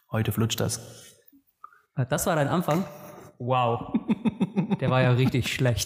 Heute flutscht das. Das war dein Anfang? Wow. Der war ja richtig schlecht.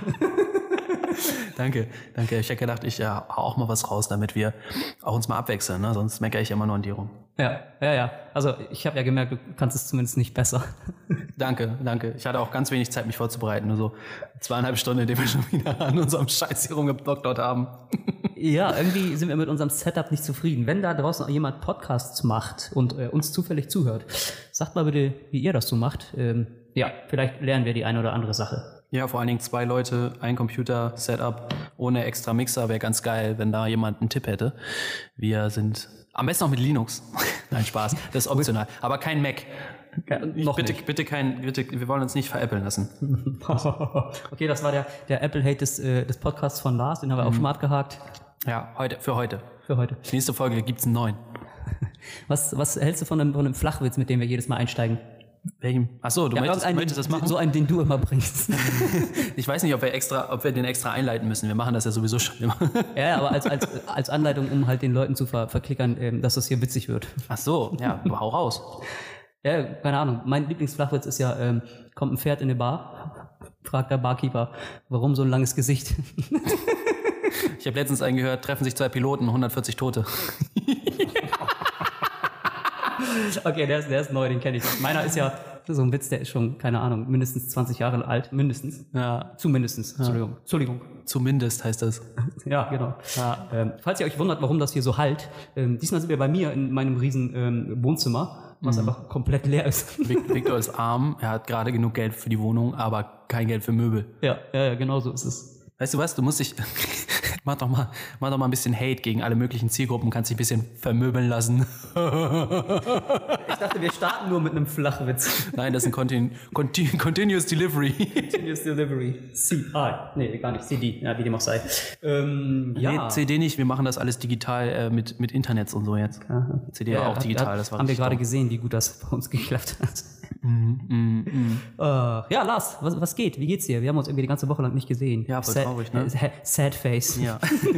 Danke. Ich hätte gedacht, ich hau auch mal was raus, damit wir auch uns mal abwechseln, ne? Sonst meckere ich immer nur an dir rum. Ja. Also ich habe ja gemerkt, du kannst es zumindest nicht besser. Danke. Ich hatte auch ganz wenig Zeit, mich vorzubereiten. Nur so 2,5 Stunden, in denen wir schon wieder an unserem Scheiß hier rumgedoktert haben. Ja, irgendwie sind wir mit unserem Setup nicht zufrieden. Wenn da draußen jemand Podcasts macht und uns zufällig zuhört, sagt mal bitte, wie ihr das so macht. Vielleicht lernen wir die eine oder andere Sache. Ja, vor allen Dingen 2 Leute, ein Computer-Setup ohne extra Mixer wäre ganz geil, wenn da jemand einen Tipp hätte. Wir sind am besten auch mit Linux. Nein, Spaß, das ist optional. Aber kein Mac. Bitte, wir wollen uns nicht veräppeln lassen. Okay, das war der Apple-Hate des Podcasts von Lars, den haben wir auch schon mal abgehakt. Ja, für heute. Nächste Folge gibt's einen neuen. Was hältst du von einem Flachwitz, mit dem wir jedes Mal einsteigen? Welchem? Achso, du möchtest das machen? So einen, den du immer bringst. Ich weiß nicht, ob wir den extra einleiten müssen. Wir machen das ja sowieso schon immer. Ja, aber als Anleitung, um halt den Leuten zu verklickern, dass das hier witzig wird. Ach so, ja, hau raus. Ja, keine Ahnung. Mein Lieblingsflachwitz ist ja, kommt ein Pferd in eine Bar, fragt der Barkeeper, warum so ein langes Gesicht? Ich habe letztens einen gehört, treffen sich 2 Piloten, 140 Tote. Okay, der ist neu, den kenne ich. Meiner ist ja so ein Witz, der ist schon, keine Ahnung, mindestens 20 Jahre alt. Mindestens. Ja. Zumindestens. Entschuldigung. Zumindest heißt das. Ja, genau. Ja. Falls ihr euch wundert, warum das hier so hallt, diesmal sind wir bei mir in meinem riesen Wohnzimmer, was einfach komplett leer ist. Victor ist arm, er hat gerade genug Geld für die Wohnung, aber kein Geld für Möbel. Ja, genau so ist es. Weißt du was, du musst dich... Mach doch mal ein bisschen Hate gegen alle möglichen Zielgruppen, kannst dich ein bisschen vermöbeln lassen. Ich dachte, wir starten nur mit einem Flachwitz. Nein, das ist ein Continuous Delivery. Continuous Delivery. Nee, gar nicht. CD, ja, wie dem auch sei. Nee, CD nicht, wir machen das alles digital mit Internets und so jetzt. Aha. CD war auch digital, das war haben wir gerade toll. gesehen, wie gut das bei uns geklappt hat. Ja, Lars, was geht? Wie geht's dir? Wir haben uns irgendwie die ganze Woche lang nicht gesehen. Ja, voll traurig, ne? Sad face. Ja.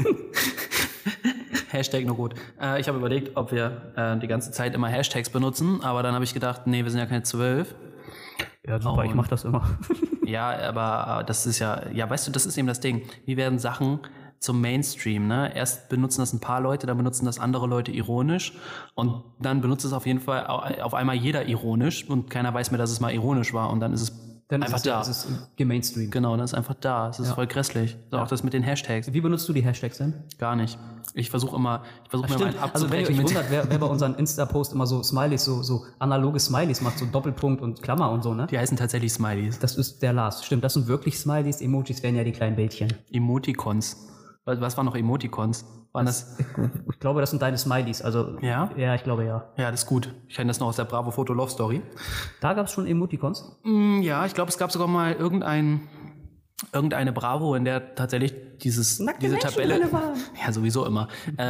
Hashtag nur gut. Ich habe überlegt, ob wir die ganze Zeit immer Hashtags benutzen, aber dann habe ich gedacht, nee, wir sind ja keine 12. Ja, super, ich mache das immer. Ja, aber das ist ja, weißt du, das ist eben das Ding. Wie werden Sachen zum Mainstream, ne? Erst benutzen das ein paar Leute, dann benutzen das andere Leute ironisch und dann benutzt es auf jeden Fall auf einmal jeder ironisch und keiner weiß mehr, dass es mal ironisch war und dann ist es einfach da. Dann ist es gemainstreamt. Genau, das ist einfach da. Es ist voll grässlich. So, auch das mit den Hashtags. Wie benutzt du die Hashtags denn? Gar nicht. Ich versuche mir mal abzubrechen. Also wenn ihr euch wundert, wer bei unseren Insta-Post immer so Smileys, so analoge Smileys macht, so Doppelpunkt und Klammer und so, ne? Die heißen tatsächlich Smileys. Das ist der Lars. Stimmt, das sind wirklich Smileys. Emojis wären ja die kleinen Bildchen. Emoticons. Was waren noch Emoticons? Waren das? Ich glaube, das sind deine Smileys. Also, ja? Ja, ich glaube, ja. Ja, das ist gut. Ich kenne das noch aus der Bravo Photo Love Story. Da gab es schon Emoticons? Ja, ich glaube, es gab sogar mal irgendeine Bravo, in der tatsächlich diese Tabelle, ja, sowieso immer,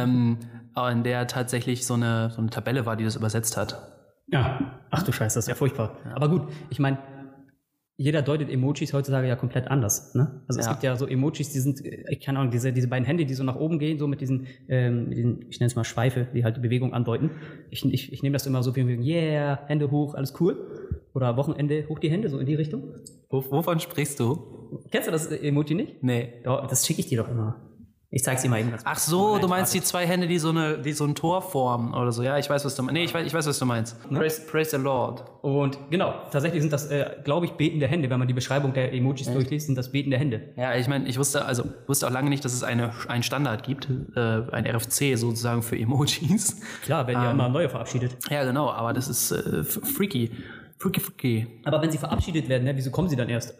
in der tatsächlich so eine Tabelle war, die das übersetzt hat. Ja. Ach du Scheiße, das ist ja furchtbar. Ja. Aber gut, ich meine, jeder deutet Emojis heutzutage ja komplett anders, ne? Also es gibt ja so Emojis, die sind, ich keine Ahnung, diese beiden Hände, die so nach oben gehen, so mit diesen, ich nenne es mal Schweife, die halt die Bewegung andeuten. Ich nehme das immer so wie, yeah, Hände hoch, alles cool. Oder Wochenende, hoch die Hände, so in die Richtung. Wovon sprichst du? Kennst du das Emoji nicht? Nee. Das schicke ich dir doch immer. Ich zeig's dir mal eben. Ach so, du meinst die 2 Hände, die so ein Tor formen oder so. Ja, ich weiß, was du meinst. Nee, ich weiß, was du meinst. Ne? Praise the Lord. Und genau, tatsächlich sind das, glaube ich, betende Hände. Wenn man die Beschreibung der Emojis durchliest, sind das betende Hände. Ja, ich meine, ich wusste auch lange nicht, dass es einen Standard gibt, ein RFC sozusagen für Emojis. Klar, werden ja immer neue verabschiedet. Ja, genau, aber das ist freaky. Aber wenn sie verabschiedet werden, ne, wieso kommen sie dann erst?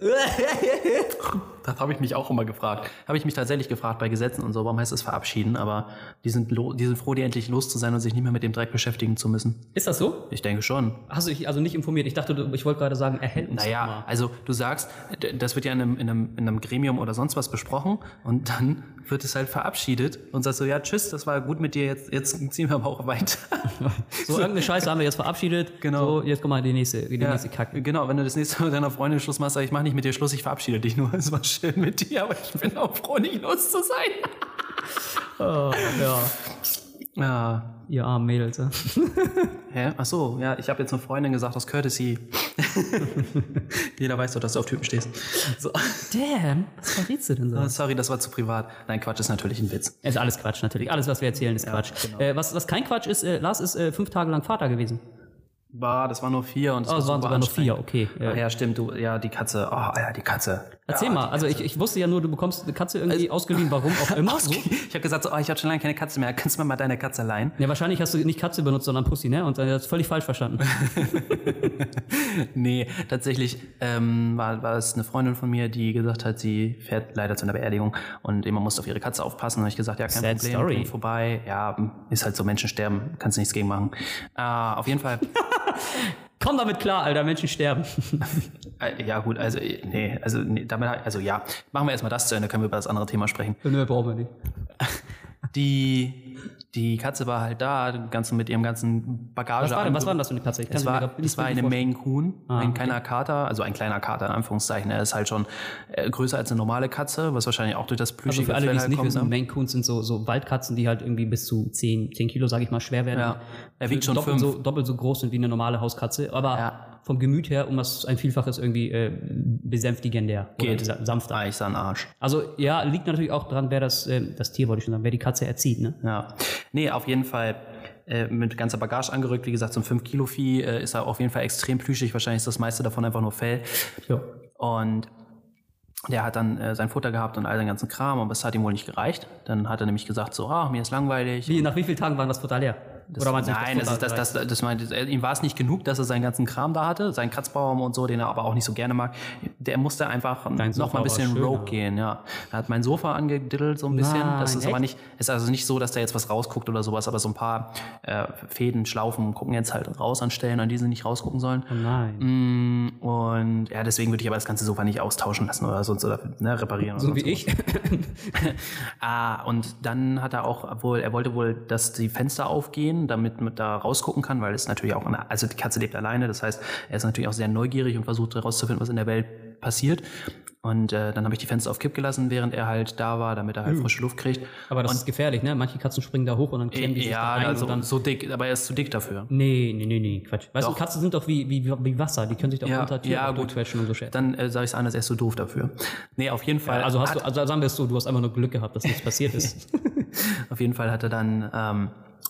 Das habe ich mich auch immer gefragt. Habe ich mich tatsächlich gefragt bei Gesetzen und so, warum heißt es verabschieden? Aber die sind froh, die endlich los zu sein und sich nicht mehr mit dem Dreck beschäftigen zu müssen. Ist das so? Ich denke schon. Hast du dich also nicht informiert? Ich dachte, ich wollte gerade sagen, erhält uns Naja, mal. also du sagst, das wird ja in einem Gremium oder sonst was besprochen und dann wird es halt verabschiedet und sagst so, ja, tschüss, das war gut mit dir, jetzt ziehen wir aber auch weiter. So, irgendeine Scheiße haben wir jetzt verabschiedet. Genau. So, jetzt komm mal die nächste Kacke. Genau, wenn du das nächste Mal mit deiner Freundin Schluss machst, sag ich, mach nicht mit dir Schluss, ich verabschiede dich nur. Es war schön mit dir, aber ich bin auch froh, nicht los zu sein. Oh, ja. Ja. Ihr armen Mädels. Ja? Hä? Ach so, ja, ich habe jetzt eine Freundin gesagt aus Courtesy. Jeder weiß doch, dass du auf Typen stehst. So. Damn, was verrätst du denn so? Oh, sorry, das war zu privat. Nein, Quatsch, ist natürlich ein Witz. Ist alles Quatsch, natürlich. Alles, was wir erzählen, ist Quatsch. Genau. Was kein Quatsch ist, Lars ist 5 Tage lang Vater gewesen. Das waren nur 4 und es waren sogar nur 4, okay. Ja, stimmt, die Katze. Oh, ja, die Katze. Erzähl mal, also ich wusste ja nur, du bekommst eine Katze irgendwie ausgeliehen, warum auch immer. So. Ich habe gesagt, ich habe schon lange keine Katze mehr, kannst du mir mal deine Katze leihen? Ja, wahrscheinlich hast du nicht Katze benutzt, sondern Pussy, ne? Und dann hast du völlig falsch verstanden. Nee, tatsächlich war es eine Freundin von mir, die gesagt hat, sie fährt leider zu einer Beerdigung und immer musste auf ihre Katze aufpassen. Und ich gesagt, ja, kein Sad Problem, story. bring vorbei. Ja, ist halt so, Menschen sterben, kannst du nichts gegen machen. Auf jeden Fall. Komm damit klar, Alter, Menschen sterben. Ja, gut, ja. Machen wir erstmal das zu Ende, können wir über das andere Thema sprechen. Nö, brauchen wir nicht. Die Katze war halt da, mit ihrem ganzen Bagage. Was war denn das für eine Katze? Es war eine Maine Coon, ein kleiner Kater, also ein kleiner Kater in Anführungszeichen. Er ist halt schon größer als eine normale Katze, was wahrscheinlich auch durch das plüschige Fell halt kommt. Also für alle, die es nicht wissen, Ne? Maine Coons sind so Waldkatzen, die halt irgendwie bis zu 10 Kilo, sage ich mal, schwer werden. Ja, er wiegt schon doppelt so groß sind wie eine normale Hauskatze, aber vom Gemüt her, um das ein Vielfaches irgendwie besänftigender geht sanfter. Ich sah einen Arsch. Also ja, liegt natürlich auch dran, wer das Tier, wollte ich schon sagen, wer die Katze erzieht, ne? Ja. Nee, auf jeden Fall mit ganzer Bagage angerückt. Wie gesagt, so ein 5-Kilo-Vieh ist auf jeden Fall extrem plüschig. Wahrscheinlich ist das meiste davon einfach nur Fell. Ja. Und der hat dann sein Futter gehabt und all den ganzen Kram, aber es hat ihm wohl nicht gereicht. Dann hat er nämlich gesagt so, mir ist langweilig. Nach wie vielen Tagen war das Futter leer? Ihm war es nicht genug, dass er seinen ganzen Kram da hatte, seinen Kratzbaum und so, den er aber auch nicht so gerne mag. Der musste einfach noch mal ein bisschen rogue gehen, ja. Er hat mein Sofa angediddelt so ein bisschen. Das ist aber nicht, ist also nicht so, dass da jetzt was rausguckt oder sowas, aber so ein paar Fäden, Schlaufen gucken jetzt halt raus an Stellen, an die sie nicht rausgucken sollen. Oh nein. Und ja, deswegen würde ich aber das ganze Sofa nicht austauschen lassen oder sonst reparieren. So oder wie sowas. ich. Und dann hat er wollte wohl, dass die Fenster aufgehen, damit man da rausgucken kann, weil es natürlich auch, also die Katze lebt alleine, das heißt, er ist natürlich auch sehr neugierig und versucht herauszufinden, was in der Welt passiert. Und dann habe ich die Fenster auf Kipp gelassen, während er halt da war, damit er halt frische Luft kriegt. Aber das ist gefährlich, ne? Manche Katzen springen da hoch und dann klemmen die sich da rein. Also und dann so dick, aber er ist zu dick dafür. Nee, Quatsch. Weißt du, Katzen sind doch wie Wasser, die können sich doch unter Tiere durchquetschen und so schätzen. Dann sage ich es anders, er ist so doof dafür. Nee, auf jeden Fall. Also sagen wir es so, du hast einfach nur Glück gehabt, dass nichts passiert ist. Auf jeden Fall hat er dann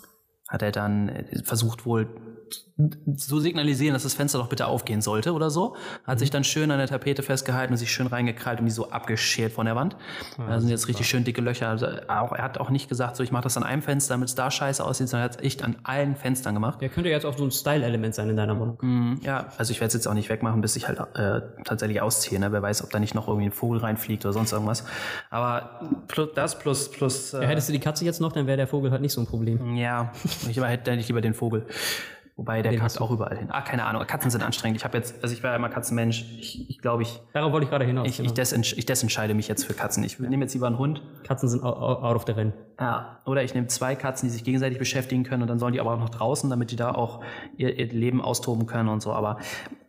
versucht wohl so signalisieren, dass das Fenster doch bitte aufgehen sollte oder so. Hat sich dann schön an der Tapete festgehalten und sich schön reingekrallt und die so abgeschert von der Wand. Da sind jetzt richtig schön dicke Löcher. Also er hat auch nicht gesagt, so ich mache das an einem Fenster, damit es da scheiße aussieht, sondern er hat es echt an allen Fenstern gemacht. Der könnte jetzt auch so ein Style-Element sein in deiner Wohnung. Ja, also ich werde es jetzt auch nicht wegmachen, bis ich halt tatsächlich ausziehe. Ne? Wer weiß, ob da nicht noch irgendwie ein Vogel reinfliegt oder sonst irgendwas. Aber plus hättest du die Katze jetzt noch, dann wäre der Vogel halt nicht so ein Problem. Ja, ich hätte nicht lieber den Vogel. Wobei der kackt auch überall hin. Keine Ahnung. Katzen sind anstrengend. Ich war ja immer Katzenmensch. Ich glaube, darauf wollte ich gerade hinaus. Ich desentscheide mich jetzt für Katzen. Ich nehme jetzt lieber einen Hund. Katzen sind out of the Rennen. Ja. Oder ich nehme 2 Katzen, die sich gegenseitig beschäftigen können und dann sollen die aber auch noch draußen, damit die da auch ihr Leben austoben können und so. Aber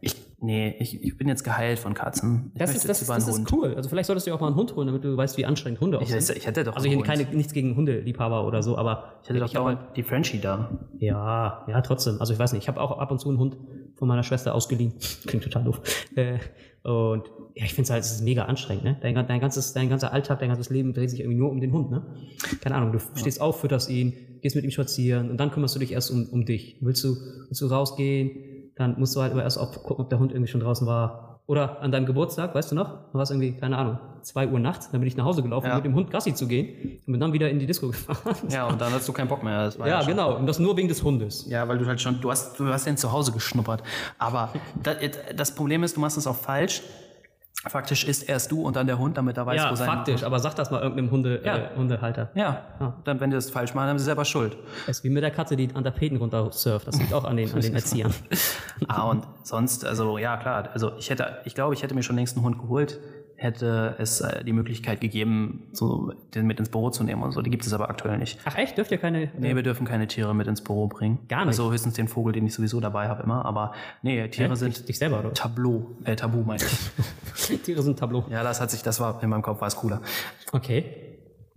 ich bin jetzt geheilt von Katzen. Das ist cool. Also vielleicht solltest du auch mal einen Hund holen, damit du weißt, wie anstrengend Hunde aussehen. Ich hätte doch also nichts gegen Hundeliebhaber oder so, aber ich hätte doch dauernd die Frenchie da. Ja, trotzdem. Also ich weiß nicht, ich habe auch ab und zu einen Hund von meiner Schwester ausgeliehen. Klingt total doof. Und ja, ich finde es halt, es ist mega anstrengend, ne? Dein ganzer Alltag, dein ganzes Leben dreht sich irgendwie nur um den Hund, ne? Keine Ahnung, du stehst auf, fütterst ihn, gehst mit ihm spazieren und dann kümmerst du dich erst um dich. Willst du rausgehen? Dann musst du halt aber erst auch gucken, ob der Hund irgendwie schon draußen war. Oder an deinem Geburtstag, weißt du noch? Da war es irgendwie, keine Ahnung, 2 Uhr nachts. Dann bin ich nach Hause gelaufen, um mit dem Hund Gassi zu gehen und bin dann wieder in die Disco gefahren. Ja, und dann hast du keinen Bock mehr. Das war ja genau. Und das nur wegen des Hundes. Ja, weil du halt schon, du hast den zu Hause geschnuppert. Aber das Problem ist, du machst es auch falsch. Faktisch ist erst du und dann der Hund, damit er weiß, wo sein... Ja, faktisch, aber sag das mal irgendeinem Hundehalter. Ja, dann wenn die das falsch machen, haben sie selber Schuld. Es ist wie mit der Katze, die an Tapeten runter surft. Das liegt auch an den Erziehern. Und sonst, also ja klar, also ich glaube, ich hätte mir schon längst einen Hund geholt, hätte es die Möglichkeit gegeben, so den mit ins Büro zu nehmen und so. Die gibt es aber aktuell nicht. Ach echt? Dürft ihr keine... Nee, wir dürfen keine Tiere mit ins Büro bringen. Gar nicht? Also höchstens den Vogel, den ich sowieso dabei habe immer. Aber nee, Tiere sind... Dich selber, oder? Tabu meine ich. Tiere sind Tableau. Ja, das war in meinem Kopf, war es cooler. Okay.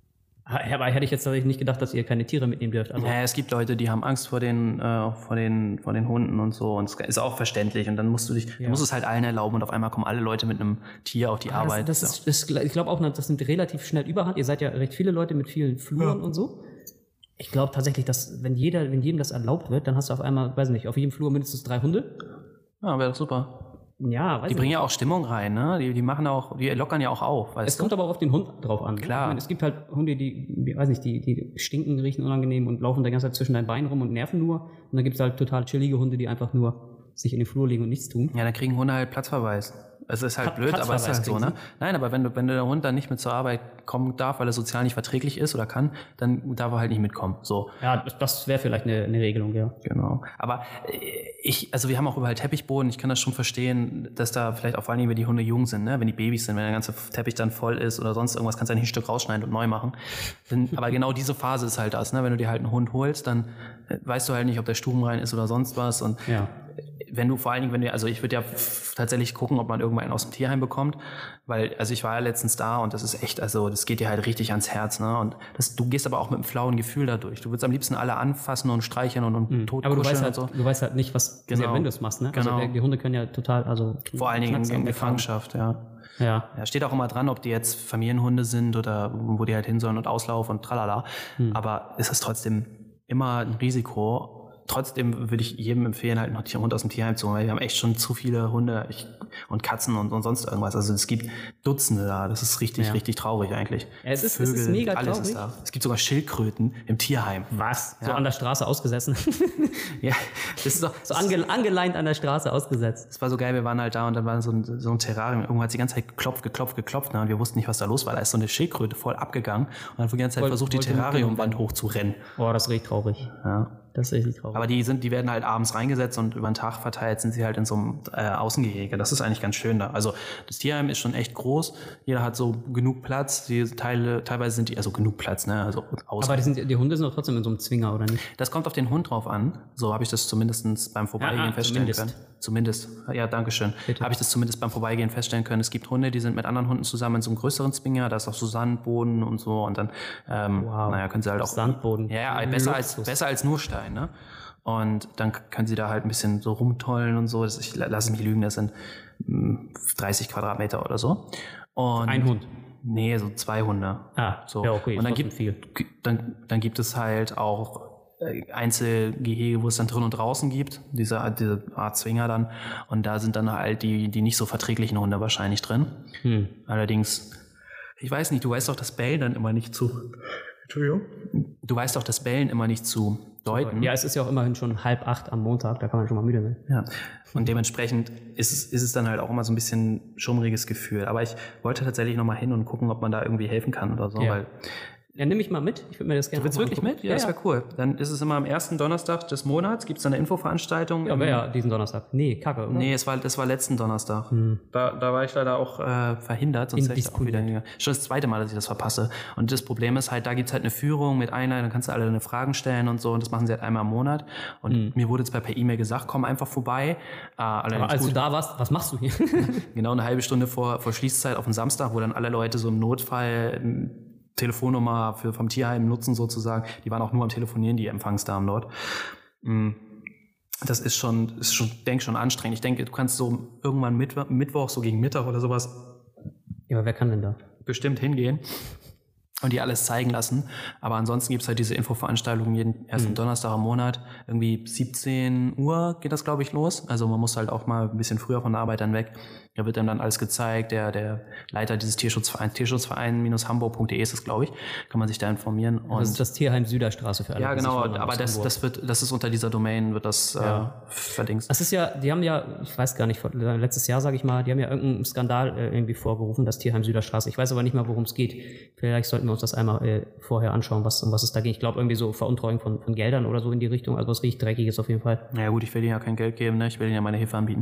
Aber hätte ich jetzt tatsächlich nicht gedacht, dass ihr keine Tiere mitnehmen dürft. Also, Naja, es gibt Leute, die haben Angst vor den Hunden und so. Und es ist auch verständlich. Und dann musst du es halt allen erlauben und auf einmal kommen alle Leute mit einem Tier auf die Arbeit. Ich glaube auch, das nimmt relativ schnell Überhand. Ihr seid ja recht viele Leute mit vielen Fluren und so. Ich glaube tatsächlich, dass wenn jedem das erlaubt wird, dann hast du auf einmal, weiß nicht, auf jedem Flur mindestens 3 Hunde. Ja, wäre doch super. Ja, Die bringen ja auch Stimmung rein, ne? Die lockern ja auch auf. Es kommt aber auch auf den Hund drauf an. Klar. Ich meine, es gibt halt Hunde, die stinken, riechen unangenehm und laufen die ganze Zeit zwischen deinen Beinen rum und nerven nur. Und dann gibt es halt total chillige Hunde, die einfach nur sich in den Flur legen und nichts tun. Ja, dann kriegen Hunde halt Platzverweis. Es ist halt blöd, aber es ist halt so, ne? Nein, aber wenn der Hund dann nicht mit zur Arbeit kommen darf, weil er sozial nicht verträglich ist oder kann, dann darf er halt nicht mitkommen. So. Ja, das wäre vielleicht eine Regelung, ja. Genau. Aber wir haben auch überall Teppichboden. Ich kann das schon verstehen, dass da vielleicht auch vor allem, wenn die Hunde jung sind, ne? Wenn die Babys sind, wenn der ganze Teppich dann voll ist oder sonst irgendwas, kannst du ja nicht ein Stück rausschneiden und neu machen. Aber genau diese Phase ist halt das, ne? Wenn du dir halt einen Hund holst, dann weißt du halt nicht, ob der stubenrein ist oder sonst was. Und ja. Ich würde ja tatsächlich gucken, ob man irgendwann aus dem Tierheim bekommt, weil, ich war ja letztens da und das ist echt, das geht dir halt richtig ans Herz, ne, und du gehst aber auch mit einem flauen Gefühl da durch. Du würdest am liebsten alle anfassen und streicheln und tot kuscheln und so. Du weißt halt nicht, was genau. wenn du es machst, ne? Genau. Also die Hunde können ja total, vor allen Dingen in Gefangenschaft, ja. Ja, steht auch immer dran, ob die jetzt Familienhunde sind oder wo die halt hin sollen und Auslauf und tralala. Aber es ist trotzdem immer ein Risiko. Trotzdem würde ich jedem empfehlen, halt noch den Hund aus dem Tierheim zu holen, weil wir haben echt schon zu viele Hunde und Katzen und sonst irgendwas. Also es gibt Dutzende da. Das ist richtig traurig eigentlich. Ja, es ist mega alles traurig. Ist da. Es gibt sogar Schildkröten im Tierheim. Was? Ja. So an der Straße ausgesessen? Ja, das ist doch so angeleint an der Straße ausgesetzt. Das war so geil, wir waren halt da und dann war so ein Terrarium. Irgendwo hat die ganze Zeit geklopft, ne? Und wir wussten nicht, was da los war. Da ist so eine Schildkröte voll abgegangen und hat die ganze Zeit versucht, die Terrariumwand hochzurennen. Boah, das ist richtig traurig. Ja. Das ist richtig traurig. Aber die werden halt abends reingesetzt und über den Tag verteilt sind sie halt in so einem Außengehege. Das ist eigentlich ganz schön da. Also das Tierheim ist schon echt groß. Jeder hat so genug Platz. Die teilweise sind die, genug Platz, ne? Also aber die Hunde sind doch trotzdem in so einem Zwinger, oder nicht? Das kommt auf den Hund drauf an. So habe ich das zumindest beim Vorbeigehen feststellen können. Zumindest. Ja, danke schön. Habe ich das zumindest beim Vorbeigehen feststellen können. Es gibt Hunde, die sind mit anderen Hunden zusammen in so einem größeren Zwinger. Da ist auch so Sandboden und so. Und dann, können sie halt auch... Sandboden. Ja, besser als nur Stein, ne? Und dann können sie da halt ein bisschen so rumtollen und so. Ich lasse mich lügen, das sind 30 Quadratmeter oder so. Und ein Hund? Nee, so 2 Hunde. So. Ja, okay. Und dann gibt es halt auch Einzelgehege, wo es dann drin und draußen gibt, diese Art Zwinger dann. Und da sind dann halt die nicht so verträglichen Hunde wahrscheinlich drin. Allerdings, ich weiß nicht, du weißt doch das Bellen dann immer nicht zu... Entschuldigung? Du weißt doch das Bellen immer nicht zu deuten. Ja, es ist ja auch immerhin schon 7:30 am Montag, da kann man schon mal müde sein. Ja, und dementsprechend ist es dann halt auch immer so ein bisschen schummriges Gefühl. Aber ich wollte tatsächlich nochmal hin und gucken, ob man da irgendwie helfen kann oder so, weil... Ja, nimm mich mal mit. Ich würde mir das gerne. Du willst wirklich mit? Ja, das wäre cool. Dann ist es immer am ersten Donnerstag des Monats. Gibt es eine Infoveranstaltung? Ja, wäre diesen Donnerstag. Nee, Kacke, oder? Nee, das war letzten Donnerstag. Da war ich leider auch verhindert. Sonst hätte ich auch wieder hingegangen. Schon das zweite Mal, dass ich das verpasse. Und das Problem ist halt, da gibt es halt eine Führung mit Einleitung, dann kannst du alle deine Fragen stellen und so. Und das machen sie halt einmal im Monat. Und mir wurde zwar per E-Mail gesagt, komm einfach vorbei. Aber als du da warst, was machst du hier? Genau, eine halbe Stunde vor Schließzeit auf den Samstag, wo dann alle Leute so im Notfall... Telefonnummer vom Tierheim nutzen sozusagen. Die waren auch nur am Telefonieren, die Empfangsdamen dort. Das ist schon anstrengend. Ich denke, du kannst so irgendwann Mittwoch, so gegen Mittag oder sowas. Ja, aber wer kann denn da? Bestimmt hingehen und die alles zeigen lassen. Aber ansonsten gibt es halt diese Infoveranstaltungen jeden ersten Donnerstag im Monat. Irgendwie 17 Uhr geht das, glaube ich, los. Also man muss halt auch mal ein bisschen früher von der Arbeit dann weg. Da wird einem dann alles gezeigt. Der Leiter dieses Tierschutzverein-hamburg.de ist das, glaube ich. Kann man sich da informieren. Und das ist das Tierheim Süderstraße für alle. Ja, genau. Aber das ist unter dieser Domain, wird das verdingst. Das ist ja, die haben ja, ich weiß gar nicht, letztes Jahr, sage ich mal, die haben ja irgendeinen Skandal irgendwie vorgerufen, das Tierheim Süderstraße. Ich weiß aber nicht mal, worum es geht. Vielleicht sollten wir uns das einmal vorher anschauen, um was es da ging. Ich glaube, irgendwie so Veruntreuung von Geldern oder so in die Richtung. Also was richtig Dreckiges auf jeden Fall. Ja gut, ich will ihnen ja kein Geld geben, ne? Ich will ihnen ja meine Hilfe anbieten.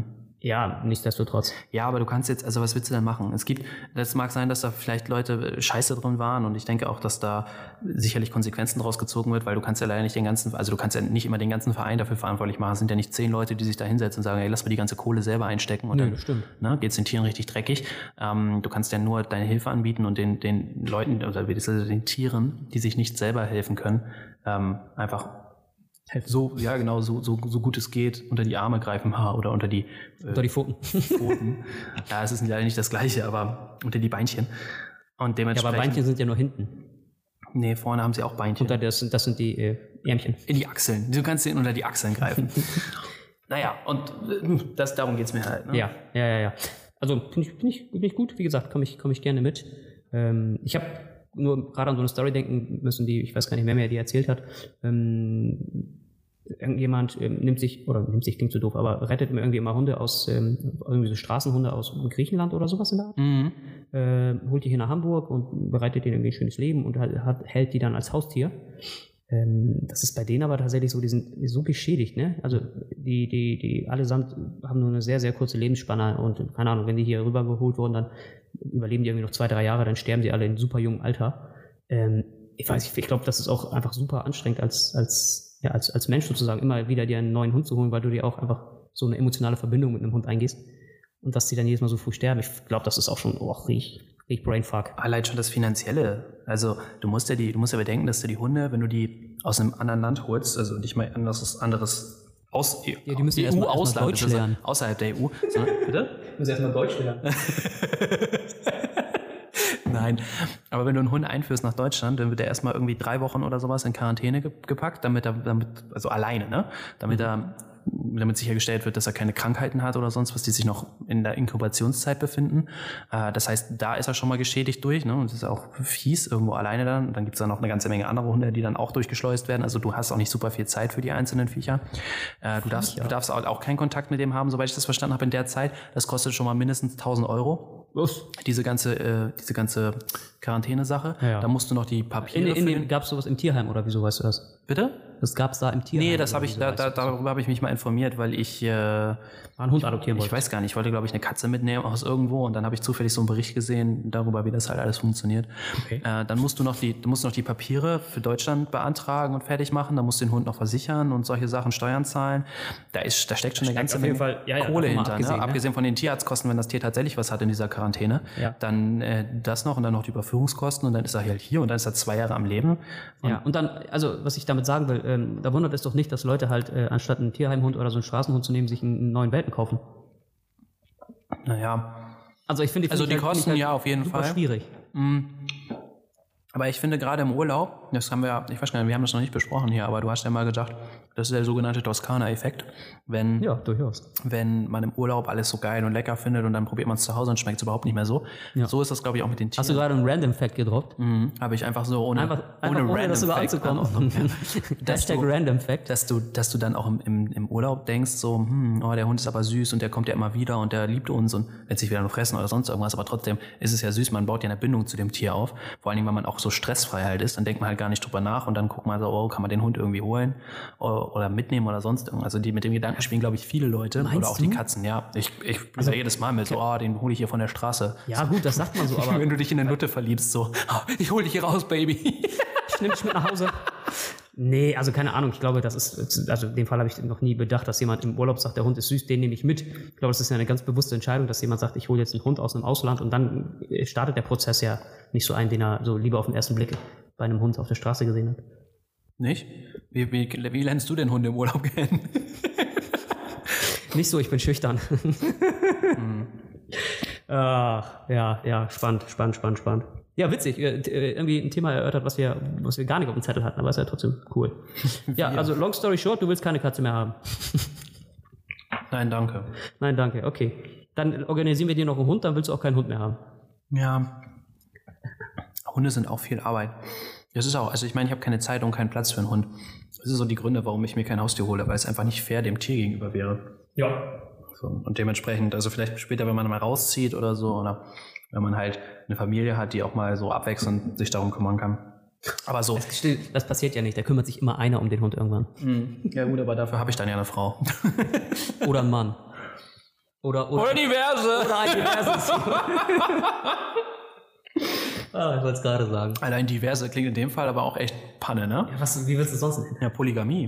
Ja, nichtsdestotrotz. Ja, aber du kannst jetzt, also was willst du denn machen? Das mag sein, dass da vielleicht Leute scheiße drin waren und ich denke auch, dass da sicherlich Konsequenzen draus gezogen wird, weil du kannst ja leider nicht du kannst ja nicht immer den ganzen Verein dafür verantwortlich machen. Es sind ja nicht 10 Leute, die sich da hinsetzen und sagen, ey, lass mal die ganze Kohle selber einstecken und dann geht's den Tieren richtig dreckig. Du kannst ja nur deine Hilfe anbieten und den Leuten oder den Tieren, die sich nicht selber helfen können, einfach so gut es geht, unter die Arme greifen oder unter die Pfoten. Ja, es ist leider nicht das Gleiche, aber unter die Beinchen. Und dementsprechend. Ja, aber Beinchen sind ja nur hinten. Nee, vorne haben sie auch Beinchen. Und das sind die Ärmchen. In die Achseln. Du kannst ihnen unter die Achseln greifen. Naja, und darum geht's mir halt. Ne? Ja. Also finde ich gut. Wie gesagt, komme ich gerne mit. Ich habe nur gerade an so eine Story denken müssen, die, ich weiß gar nicht, wer mir die erzählt hat. Irgendjemand nimmt sich, klingt so doof, aber rettet mir irgendwie immer Hunde aus, irgendwie so Straßenhunde aus Griechenland oder sowas in der Art. Holt die hier nach Hamburg und bereitet denen irgendwie ein schönes Leben und hält die dann als Haustier. Das ist bei denen aber tatsächlich so, die sind so geschädigt, ne? Also die allesamt haben nur eine sehr, sehr kurze Lebensspanne und keine Ahnung, wenn die hier rübergeholt wurden, dann überleben die irgendwie noch 2-3 Jahre, dann sterben sie alle in super jungem Alter. Ich glaube, das ist auch einfach super anstrengend als Mensch sozusagen, immer wieder dir einen neuen Hund zu holen, weil du dir auch einfach so eine emotionale Verbindung mit einem Hund eingehst und dass die dann jedes Mal so früh sterben. Ich glaube, das ist auch schon richtig Brainfuck. Allein schon das Finanzielle. Also du musst ja bedenken, dass du die Hunde, wenn du die aus einem anderen Land holst, also nicht mal anderes die müssen erstmal Deutsch lernen. Außerhalb der EU. Bitte? Die müssen erstmal Deutsch lernen. Nein, aber wenn du einen Hund einführst nach Deutschland, dann wird er erstmal irgendwie 3 Wochen oder sowas in Quarantäne gepackt, also alleine, ne? Damit sichergestellt wird, dass er keine Krankheiten hat oder sonst was, die sich noch in der Inkubationszeit befinden. Das heißt, da ist er schon mal geschädigt durch, ne? Und das ist auch fies, irgendwo alleine dann. Und dann gibt's da noch eine ganze Menge andere Hunde, die dann auch durchgeschleust werden. Also du hast auch nicht super viel Zeit für die einzelnen Viecher. Du darfst auch keinen Kontakt mit dem haben, soweit ich das verstanden habe in der Zeit. Das kostet schon mal mindestens 1.000 Euro. Diese ganze Quarantäne-Sache. Ja. Da musst du noch die Papiere gab es sowas im Tierheim oder wieso weißt du das? Bitte? Das gab es da im Tierheim. Nee, darüber habe ich mich mal informiert, weil ich einen Hund adoptieren wollte. Ich weiß gar nicht, ich wollte, glaube ich, eine Katze mitnehmen aus irgendwo und dann habe ich zufällig so einen Bericht gesehen darüber, wie das halt alles funktioniert. Okay. Dann musst du noch die Papiere für Deutschland beantragen und fertig machen, dann musst du den Hund noch versichern und solche Sachen, Steuern zahlen. Da steckt schon eine ganze Menge Kohle hinter. Abgesehen von den Tierarztkosten, wenn das Tier tatsächlich was hat in dieser Quarantäne, dann das noch und dann noch die Überführungskosten und dann ist er halt hier und dann ist er 2 Jahre am Leben. Und dann, also was ich damit sagen will, da wundert es doch nicht, dass Leute halt anstatt einen Tierheimhund oder so einen Straßenhund zu nehmen, sich einen neuen Welpen kaufen. Naja. Also ich finde die Kosten halt auf jeden Fall schwierig. Aber ich finde gerade im Urlaub, das haben wir, ich weiß gar nicht, wir haben das noch nicht besprochen hier, aber du hast ja mal gesagt, das ist der sogenannte Toskana-Effekt. Durchaus. Wenn man im Urlaub alles so geil und lecker findet und dann probiert man es zu Hause und schmeckt es überhaupt nicht mehr so. Ja. So ist das, glaube ich, auch mit den Tieren. Hast du gerade einen Random-Fact gedroppt? Habe ich einfach so ohne das sogar anzukommen. Hashtag Random-Fact. Dass du dann auch im Urlaub denkst, so, der Hund ist aber süß und der kommt ja immer wieder und der liebt uns und lässt sich wieder nur fressen oder sonst irgendwas, aber trotzdem ist es ja süß, man baut ja eine Bindung zu dem Tier auf. Vor allen Dingen, wenn man auch so stressfrei halt ist, dann denkt man halt gar nicht drüber nach und dann guckt man so, kann man den Hund irgendwie holen oder mitnehmen oder sonst irgendwas. Also mit dem Gedanken spielen, glaube ich, viele Leute. Meinst oder auch du? Die Katzen, ja. Ich bin jedes Mal mit so, den hole ich hier von der Straße. Ja gut, das sagt man so, aber... Wenn du dich in eine Nutte verliebst, so, ich hole dich hier raus, Baby. Ich nehme dich mit nach Hause. Nee, also keine Ahnung, ich glaube, das ist, also in dem Fall habe ich noch nie bedacht, dass jemand im Urlaub sagt, der Hund ist süß, den nehme ich mit. Ich glaube, das ist ja eine ganz bewusste Entscheidung, dass jemand sagt, ich hole jetzt einen Hund aus einem Ausland und dann startet der Prozess ja nicht so ein, den er so lieber auf den ersten Blick bei einem Hund auf der Straße gesehen hat. Nicht? Wie lernst du den Hund im Urlaub kennen? Nicht so, ich bin schüchtern. Ja, spannend. Ja, witzig. Irgendwie ein Thema erörtert, was wir gar nicht auf dem Zettel hatten, aber ist ja trotzdem cool. Ja, also long story short, du willst keine Katze mehr haben. Nein, danke. Okay. Dann organisieren wir dir noch einen Hund, dann willst du auch keinen Hund mehr haben. Ja. Hunde sind auch viel Arbeit. Das ist auch, also ich meine, ich habe keine Zeit und keinen Platz für einen Hund. Das sind so die Gründe, warum ich mir kein Haustier hole, weil es einfach nicht fair dem Tier gegenüber wäre. Ja. So, und dementsprechend, also vielleicht später, wenn man mal rauszieht oder so, oder wenn man halt eine Familie hat, die auch mal so abwechselnd sich darum kümmern kann. Aber so. Das passiert ja nicht, da kümmert sich immer einer um den Hund irgendwann. Ja gut, aber dafür habe ich dann ja eine Frau. Oder einen Mann. Oder diverse. Oder ein diverses. Ich wollte es gerade sagen. Allein diverse klingt in dem Fall aber auch echt Panne, ne? Ja, wie willst du es sonst nennen? Ja, Polygamie.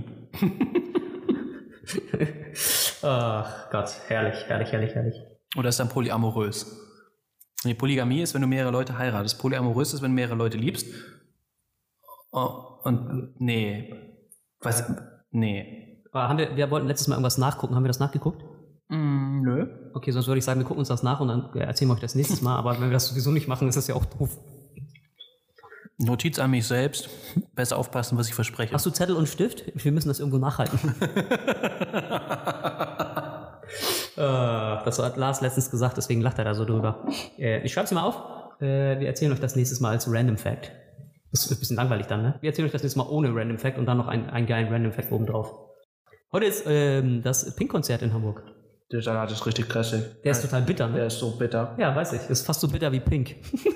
Ach Gott, herrlich. Oder ist dann polyamorös? Nee, Polygamie ist, wenn du mehrere Leute heiratest. Polyamorös ist, wenn du mehrere Leute liebst. Oh, und nee. Was? Nee. Wir wollten letztes Mal irgendwas nachgucken. Haben wir das nachgeguckt? Nö. Okay, sonst würde ich sagen, wir gucken uns das nach und dann erzählen wir euch das nächstes Mal. Aber wenn wir das sowieso nicht machen, ist das ja auch doof. Notiz an mich selbst. Besser aufpassen, was ich verspreche. Hast du Zettel und Stift? Wir müssen das irgendwo nachhalten. Das hat Lars letztens gesagt, deswegen lacht er da so drüber. Ich schreibe es mal auf. Wir erzählen euch das nächstes Mal als Random Fact. Das ist ein bisschen langweilig dann, ne? Wir erzählen euch das nächste Mal ohne Random Fact und dann noch einen geilen Random Fact oben drauf. Heute ist das Pink-Konzert in Hamburg. Der Salat ist richtig krassig. Der ist total bitter, ne? Der ist so bitter. Ja, weiß ich. Ist fast so bitter wie Pink.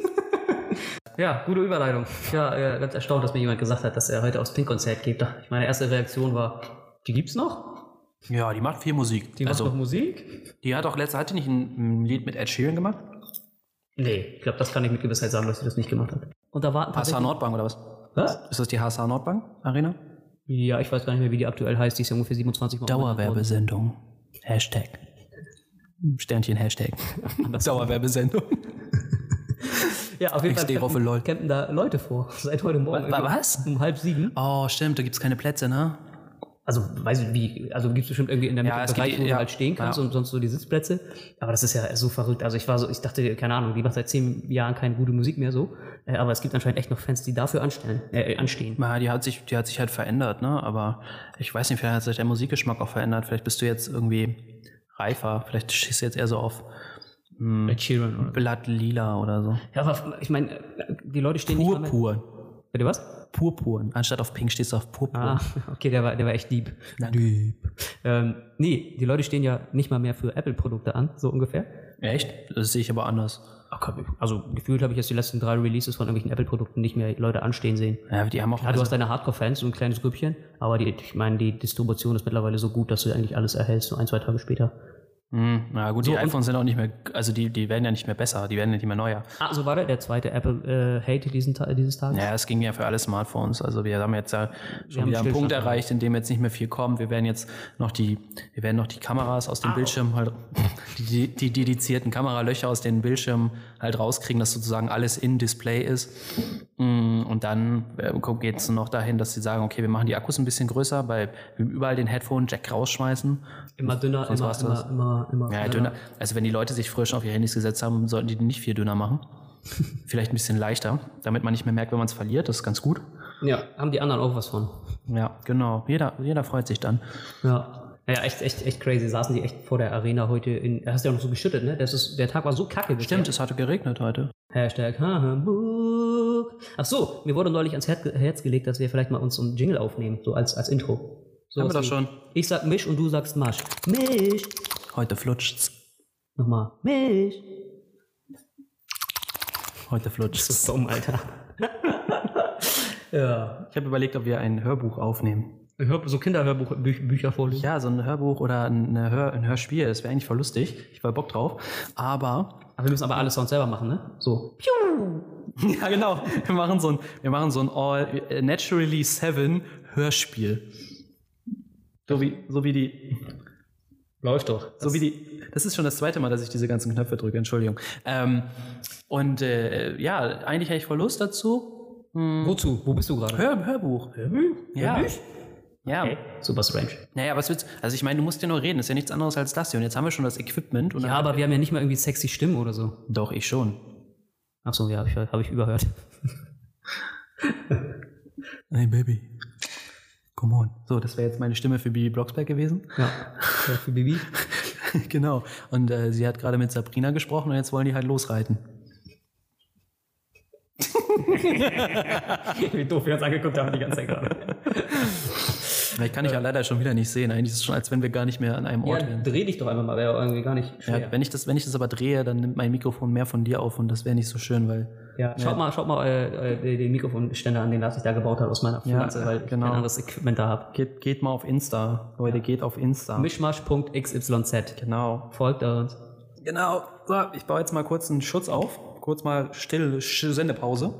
Ja, gute Überleitung. Ja, ganz erstaunt, dass mir jemand gesagt hat, dass er heute aufs Pink-Konzert geht. Meine erste Reaktion war, die gibt's noch? Ja, die macht viel Musik. Die macht noch Musik? Die hat die nicht ein Lied mit Ed Sheeran gemacht? Nee, ich glaube, das kann ich mit Gewissheit sagen, dass sie das nicht gemacht hat. Und da warten HSH Nordbank oder was? Was? Ist das die HSH Nordbank Arena? Ja, ich weiß gar nicht mehr, wie die aktuell heißt. Die ist ja ungefähr 27 Mal. Dauerwerbesendung. Hashtag. Sternchen Hashtag. Dauerwerbesendung. Ja, auf jeden Fall campen da Leute vor. Seit heute Morgen. Was? Um 6:30. Oh, stimmt, da gibt es keine Plätze, ne? Also, weiß ich wie, also gibt es bestimmt irgendwie in der Mitte Bereich, wo du halt stehen kannst und sonst so die Sitzplätze. Aber das ist ja so verrückt. Also ich dachte, keine Ahnung, die macht seit 10 Jahren keine gute Musik mehr so. Aber es gibt anscheinend echt noch Fans, die dafür anstehen. Ja, die hat sich halt verändert, ne? Aber ich weiß nicht, vielleicht hat sich der Musikgeschmack auch verändert. Vielleicht bist du jetzt irgendwie reifer. Vielleicht stehst du jetzt eher so auf Blatt Lila oder so. Ja, aber ich meine, die Leute stehen Purpur. nicht mehr... Bitte was? Purpur. Anstatt auf Pink stehst du auf Purpur. Ah, okay, der war echt lieb. Lieb. Nee, die Leute stehen ja nicht mal mehr für Apple-Produkte an, so ungefähr. Echt? Das sehe ich aber anders. Also gefühlt habe ich jetzt die letzten 3 Releases von irgendwelchen Apple-Produkten nicht mehr Leute anstehen sehen. Ja, die haben auch... Ja, du hast deine Hardcore-Fans, so ein kleines Grüppchen, aber ich meine, die Distribution ist mittlerweile so gut, dass du eigentlich alles erhältst, so 1-2 Tage später. Na gut, die iPhones sind auch nicht mehr, also die werden ja nicht mehr besser, die werden ja nicht mehr neuer. Ah, so war der zweite Apple-Hate dieses Tages? Ja, es ging ja für alle Smartphones. Also wir haben jetzt ja schon wieder einen Punkt erreicht, in dem jetzt nicht mehr viel kommt. Wir werden noch die Kameras aus dem Bildschirm halt, die dedizierten Kameralöcher aus den Bildschirmen halt rauskriegen, dass sozusagen alles in Display ist. Und dann geht es noch dahin, dass sie sagen, okay, wir machen die Akkus ein bisschen größer, weil wir überall den Headphone-Jack rausschmeißen. Immer dünner, immer ja, dünner. Also wenn die Leute sich früher schon auf ihre Handys gesetzt haben, sollten die nicht viel dünner machen. Vielleicht ein bisschen leichter, damit man nicht mehr merkt, wenn man es verliert. Das ist ganz gut. Ja, haben die anderen auch was von. Ja, genau. Jeder freut sich dann. Ja, echt crazy. Saßen die echt vor der Arena heute hast du ja auch noch so geschüttet, ne? Der Tag war so kacke. Stimmt, es hatte geregnet heute. Hashtag Hamburg. Ach so, mir wurde neulich ans Herz gelegt, dass wir vielleicht mal uns so einen Jingle aufnehmen, so als Intro. So haben wir das schon. Ich sag Misch und du sagst Masch. Misch. Heute flutscht's. Nochmal. Misch. Heute flutscht's. Das ist dumm, Alter. Ja. Ich habe überlegt, ob wir ein Hörbuch aufnehmen. So Kinderhörbücher vorlesen? Ja, so ein Hörbuch oder ein Hörspiel. Das wäre eigentlich voll lustig. Ich war Bock drauf. Aber wir müssen aber alle Sounds selber machen, ne? So. Piu. Ja, genau. Wir machen so ein All Naturally 7 Hörspiel. So wie die... Läuft doch. Das ist schon das zweite Mal, dass ich diese ganzen Knöpfe drücke, Entschuldigung. Ja, eigentlich hätte ich voll Lust dazu. Wozu? Wo bist du gerade? Hörbuch. Ja. Hörbuch? Ja. Okay. Super strange. Naja, was willst du? Also ich meine, du musst ja nur reden, das ist ja nichts anderes als das hier. Und jetzt haben wir schon das Equipment. Und ja, aber wir haben ja nicht mal irgendwie sexy Stimmen oder so. Doch, ich schon. Ach so, ja, hab ich überhört. Hey Baby. Come on. So, das wäre jetzt meine Stimme für Bibi Blocksberg gewesen. Ja, für Bibi. Genau. Und sie hat gerade mit Sabrina gesprochen und jetzt wollen die halt losreiten. Wie doof wir uns angeguckt haben die ganze Zeit gerade. Ich kann dich ja leider schon wieder nicht sehen. Eigentlich ist es schon, als wenn wir gar nicht mehr an einem Ort wären. Dreh dich doch einfach mal, wäre irgendwie gar nicht schwer. Ja, wenn ich das aber drehe, dann nimmt mein Mikrofon mehr von dir auf und das wäre nicht so schön, weil... Ja, schaut mal den Mikrofonständer an, den Lars sich da gebaut hat aus meiner Pflanze, weil ich kein anderes Equipment da habe. Geht mal auf Insta, Leute, geht auf Insta. Mischmasch.xyz. Genau. Folgt uns. Genau. So, ich baue jetzt mal kurz einen Schutz auf. Kurz mal stille Sendepause.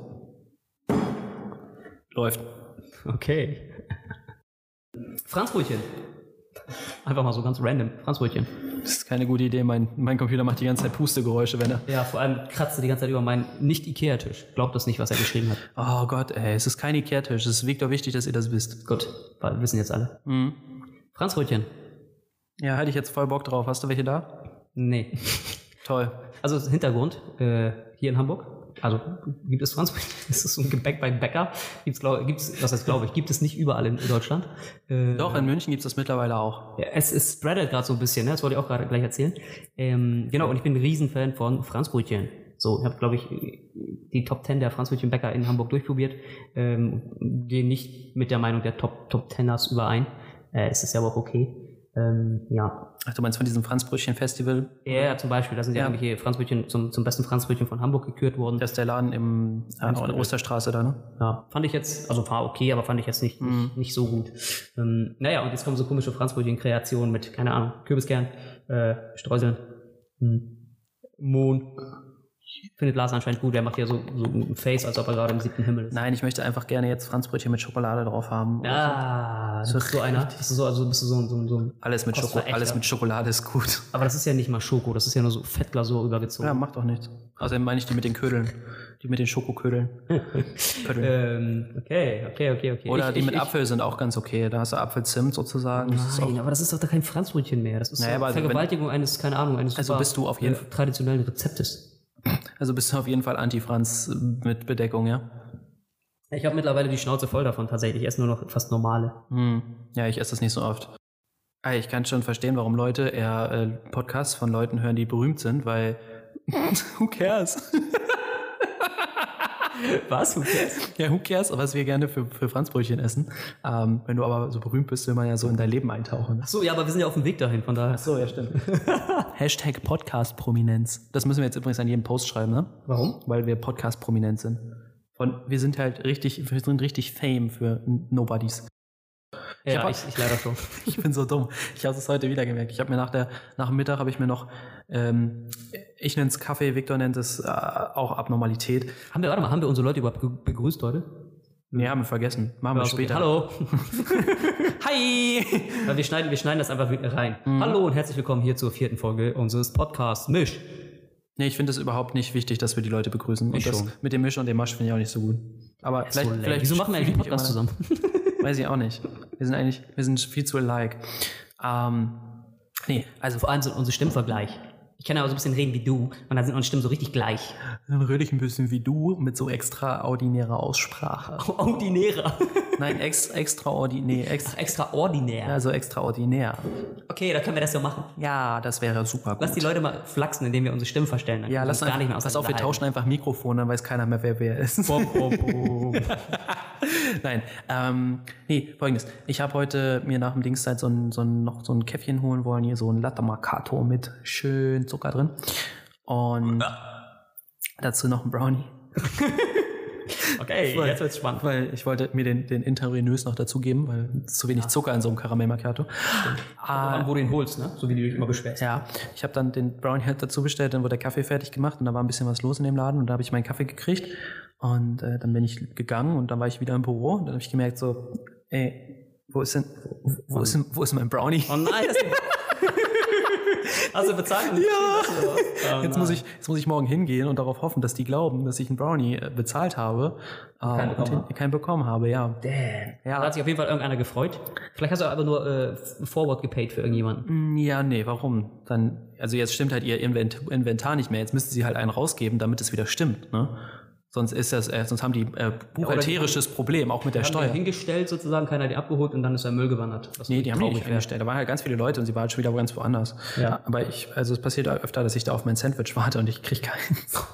Läuft. Okay. Franzbrötchen. Einfach mal so ganz random. Franzbrötchen. Das ist keine gute Idee. Mein Computer macht die ganze Zeit Pustegeräusche, wenn er... Ja, vor allem kratzt er die ganze Zeit über meinen Nicht-Ikea-Tisch. Glaubt das nicht, was er geschrieben hat. Oh Gott, ey. Es ist kein Ikea-Tisch. Es ist wirklich wichtig, dass ihr das wisst. Gut. Wissen jetzt alle. Mhm. Franzbrötchen. Ja, hätte ich jetzt voll Bock drauf. Hast du welche da? Nee. Toll. Also Hintergrund, hier in Hamburg, also gibt es Franzbrötchen, das ist so ein Gebäck beim Bäcker, gibt es nicht überall in Deutschland. Doch, in München gibt es das mittlerweile auch. Ja, es spreadet gerade so ein bisschen, ne? Das wollte ich auch gerade gleich erzählen. Genau, und ich bin ein Riesenfan von Franzbrötchen. So, ich habe, glaube ich, die Top 10 der Franzbrötchenbäcker in Hamburg durchprobiert, gehen nicht mit der Meinung der Top 10ers überein. Es ist ja aber auch okay. Ja. Ach, du meinst von diesem Franzbrötchen-Festival? Ja, zum Beispiel. Da sind ja irgendwelche Franzbrötchen zum besten Franzbrötchen von Hamburg gekürt worden. Das ist der Laden in der Osterstraße da, ne? Ja, fand ich jetzt, also war okay, aber fand ich jetzt nicht so gut. Naja, und jetzt kommen so komische Franzbrötchen-Kreationen mit, keine Ahnung, Kürbiskern, Streuseln, Mohn. Findet Lars anscheinend gut, der macht ja so ein Face, als ob er gerade im 7. Himmel ist. Nein, ich möchte einfach gerne jetzt Franzbrötchen mit Schokolade drauf haben. Ah, so. Bist du so einer? Bist du so ein alles mit Schokolade ist gut. Aber das ist ja nicht mal Schoko, das ist ja nur so Fettglasur übergezogen. Ja, macht doch nichts. Außerdem meine ich die mit den Ködeln. Die mit den Schokoködeln. Okay. Oder die mit Apfel sind auch ganz okay. Da hast du Apfelzimt sozusagen. Nein, aber das ist doch da kein Franzbrötchen mehr. Das ist Vergewaltigung eines also bist du auf jeden Fall traditionellen Rezeptes. Also bist du auf jeden Fall Anti-Franz mit Bedeckung, ja? Ich habe mittlerweile die Schnauze voll davon tatsächlich. Ich esse nur noch fast normale. Ja, ich esse das nicht so oft. Ich kann schon verstehen, warum Leute eher Podcasts von Leuten hören, die berühmt sind, weil who cares? Was? Who cares? Ja, who cares, was wir gerne für Franzbrötchen essen. Wenn du aber so berühmt bist, will man ja so in dein Leben eintauchen. Ach so, ja, aber wir sind ja auf dem Weg dahin, von daher. Ach so, ja, stimmt. Hashtag Podcast-Prominenz. Das müssen wir jetzt übrigens an jedem Post schreiben, ne? Warum? Weil wir Podcast-Prominent sind. Wir sind richtig Fame für Nobodies. Ja, ich leider schon. Ich bin so dumm. Ich habe es heute wieder gemerkt. Ich habe mir nach dem Mittag habe ich mir noch, ich nenne es Kaffee, Victor nennt es auch Abnormalität. Haben wir unsere Leute überhaupt begrüßt heute? Nee, haben wir vergessen. Machen wir später. Hallo. Hi. Wir schneiden das einfach rein. Hallo und herzlich willkommen hier zur 4. Folge unseres Podcasts Misch. Nee, ich finde es überhaupt nicht wichtig, dass wir die Leute begrüßen. Und das mit dem Misch und dem Masch finde ich auch nicht so gut. Aber vielleicht wieso machen wir eigentlich einen Podcast zusammen? Weiß ich auch nicht. Wir sind viel zu alike. Nee, also vor allem so unsere Stimmenvergleich. Ich kann ja auch so ein bisschen reden wie du und dann sind unsere Stimmen so richtig gleich. Dann rede ich ein bisschen wie du mit so extraordinärer Aussprache. Ordinärer? Nein, extraordinär. Extraordinär? Ja, so extraordinär. Okay, da können wir das ja machen. Ja, das wäre super gut. Lass die Leute mal flachsen, indem wir unsere Stimmen verstellen. Ja, lass gar nicht mehr pass auf, wir tauschen einfach Mikrofone, dann weiß keiner mehr, wer ist. Nein, folgendes. Ich habe heute mir nach dem Dingszeit noch so ein Käffchen holen wollen, hier so ein Latte Macchiato mit schön Zucker drin. Und dazu noch ein Brownie. Okay, jetzt wird's spannend. Weil ich wollte mir den intravenös noch dazugeben, weil zu wenig Zucker in so einem Karamell Macchiato. Wo du den holst, ne? So wie du dich immer beschwerst. Ja, ich habe dann den Brownie halt dazu bestellt, dann wurde der Kaffee fertig gemacht und da war ein bisschen was los in dem Laden und da habe ich meinen Kaffee gekriegt und dann bin ich gegangen und dann war ich wieder im Büro und dann habe ich gemerkt so, wo ist mein Brownie? Oh nein, das ist Also bezahlt? Ja. Jetzt muss ich morgen hingehen und darauf hoffen, dass die glauben, dass ich einen Brownie bezahlt habe und keinen bekommen habe, ja. Damn. Ja. Da hat sich auf jeden Fall irgendeiner gefreut. Vielleicht hast du aber nur Forward gepaid für irgendjemanden. Ja, nee, warum? Dann, also jetzt stimmt halt ihr Inventar nicht mehr. Jetzt müssten sie halt einen rausgeben, damit es wieder stimmt, ne? Sonst haben die buchhalterisches Problem, auch mit der Steuer. Die haben hingestellt sozusagen, keiner hat die abgeholt und dann ist der Müll gewandert. Nee, die haben die nicht hingestellt. Da waren halt ganz viele Leute und sie waren halt schon wieder ganz woanders. Ja. Aber es passiert öfter, dass ich da auf mein Sandwich warte und ich kriege keins.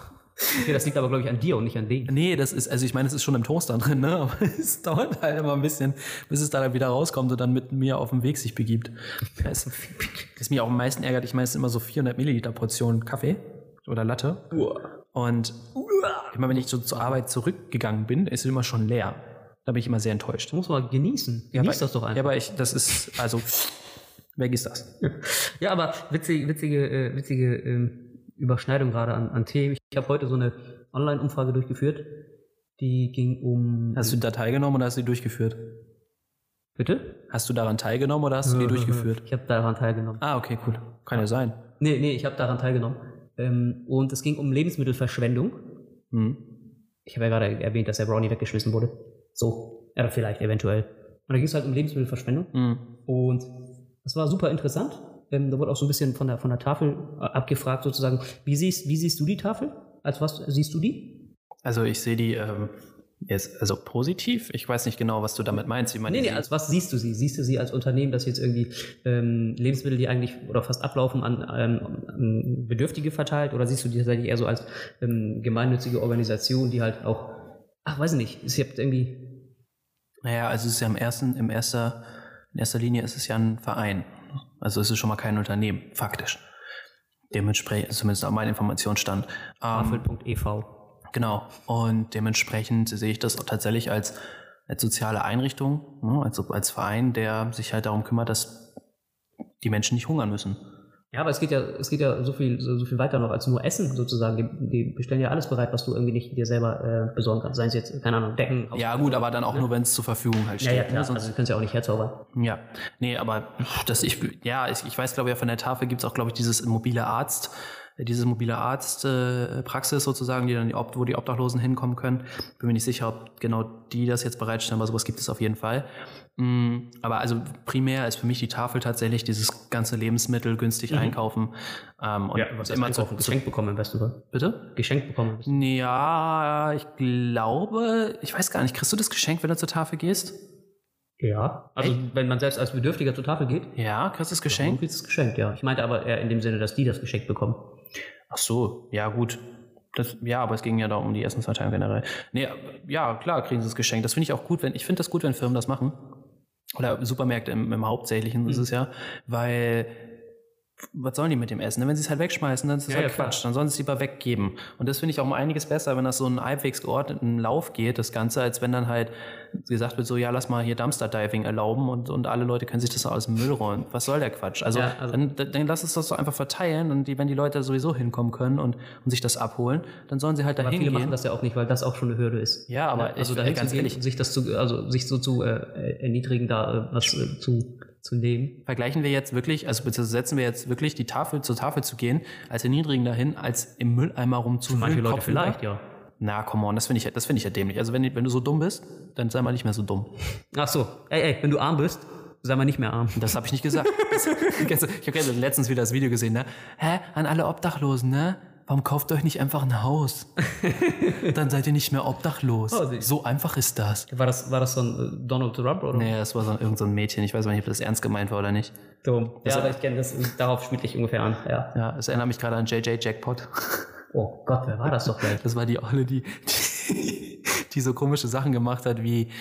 Okay, das liegt aber, glaube ich, an dir und nicht an denen. Nee, das ist, also ich meine, es ist schon im Toaster drin, ne? Aber es dauert halt immer ein bisschen, bis es da wieder rauskommt und dann mit mir auf den Weg sich begibt. Das mir auch am meisten ärgert, ich meine, es sind immer so 400 Milliliter Portionen Kaffee oder Latte. Und immer wenn ich so zur Arbeit zurückgegangen bin, ist es immer schon leer. Da bin ich immer sehr enttäuscht. Du musst mal genießen. Genieß das doch einfach. Ja, aber das ist, also, weg ist das. Ja, aber witzige Überschneidung gerade an Themen. Ich habe heute so eine Online-Umfrage durchgeführt, die ging um... Hast du da teilgenommen oder hast du die durchgeführt? Bitte? Hast du daran teilgenommen oder hast du die durchgeführt? Ich habe daran teilgenommen. Ah, okay, cool. Kann ja sein. Nee, ich habe daran teilgenommen. Und es ging um Lebensmittelverschwendung. Ich habe ja gerade erwähnt, dass der Brownie weggeschmissen wurde. So, oder vielleicht, eventuell. Und da ging es halt um Lebensmittelverschwendung. Und das war super interessant. Da wurde auch so ein bisschen von der Tafel abgefragt sozusagen. Wie siehst du die Tafel? Als was siehst du die? Also ich sehe die jetzt, also positiv. Ich weiß nicht genau, was du damit meinst. Nee, als was siehst du sie? Siehst du sie als Unternehmen, das jetzt irgendwie Lebensmittel, die eigentlich oder fast ablaufen, an Bedürftige verteilt? Oder siehst du die tatsächlich eher so als gemeinnützige Organisation, die halt auch, weiß ich nicht, es gibt irgendwie... Naja, also es ist ja in erster Linie ist es ja ein Verein. Also es ist schon mal kein Unternehmen, faktisch. Dementsprechend, zumindest auch mein Informationsstand. Tafel.ev. Genau. Und dementsprechend sehe ich das auch tatsächlich als soziale Einrichtung, ne? Also als Verein, der sich halt darum kümmert, dass die Menschen nicht hungern müssen. Ja, aber es geht ja so viel weiter noch als nur Essen sozusagen. Die bestellen ja alles bereit, was du irgendwie nicht dir selber besorgen kannst. Seien es jetzt, keine Ahnung, Decken. Ja gut, aber dann auch nur, wenn es zur Verfügung halt steht. Ja, klar, sonst also du kannst ja auch nicht herzaubern. Ja, nee, aber ich weiß, glaube ich, von der Tafel gibt es auch, glaube ich, diese mobile Arztpraxis sozusagen, wo die Obdachlosen hinkommen können. Bin mir nicht sicher, ob genau die das jetzt bereitstellen, aber sowas gibt es auf jeden Fall. Aber also primär ist für mich die Tafel tatsächlich dieses ganze Lebensmittel günstig einkaufen. Und was immer geschenkt bekommen im besten Fall. Bitte? Geschenkt bekommen. Ja, ich glaube, ich weiß gar nicht, kriegst du das geschenkt, wenn du zur Tafel gehst? Ja, also wenn man selbst als Bedürftiger zur Tafel geht. Ja, kriegst du das geschenkt? Ja, kriegst du das geschenkt, ja. Ich meinte aber eher in dem Sinne, dass die das geschenkt bekommen. Ach so, ja gut. Aber es ging ja da um die Essensverteilung generell. Nee, ja, klar kriegen sie das geschenkt. Das finde ich auch gut, ich finde das gut, wenn Firmen das machen. Oder Supermärkte im Hauptsächlichen ist es ja, weil was sollen die mit dem Essen? Wenn sie es halt wegschmeißen, dann ist es halt Quatsch. Klar. Dann sollen sie es lieber weggeben. Und das finde ich auch um einiges besser, wenn das so einen halbwegs geordneten Lauf geht, das Ganze, als wenn dann halt gesagt wird so, ja, lass mal hier Dumpster-Diving erlauben und alle Leute können sich das aus dem Müll räumen. Was soll der Quatsch? Also, dann lass es das so einfach verteilen und wenn die Leute sowieso hinkommen können und sich das abholen, dann sollen sie halt dahin gehen. Viele machen das ja auch nicht, weil das auch schon eine Hürde ist. Ja, aber also da ganz ehrlich, sich so zu erniedrigen, da was zu nehmen. Vergleichen wir jetzt wirklich, also beziehungsweise setzen wir jetzt wirklich zur Tafel zu gehen, als erniedrigen dahin, als im Mülleimer rumzuwühlen. Manche Leute vielleicht, ja. Na, come on, das finde ich ja dämlich. Also wenn du so dumm bist, dann sei mal nicht mehr so dumm. Ach so, ey, wenn du arm bist, sei mal nicht mehr arm. Das habe ich nicht gesagt. Ich habe letztens wieder das Video gesehen, ne? An alle Obdachlosen, ne? Warum kauft ihr euch nicht einfach ein Haus? Dann seid ihr nicht mehr obdachlos. So einfach ist das. War das so ein Donald Trump, oder? Nee, das war irgend so ein Mädchen. Ich weiß nicht, ob das ernst gemeint war oder nicht. Dumm. Ja, aber ich kenne das. Darauf schmiede ich ungefähr an. Ja, es erinnert mich gerade an JJ Jackpot. Oh Gott, wer war das doch gleich? Das war die Olle, die so komische Sachen gemacht hat, wie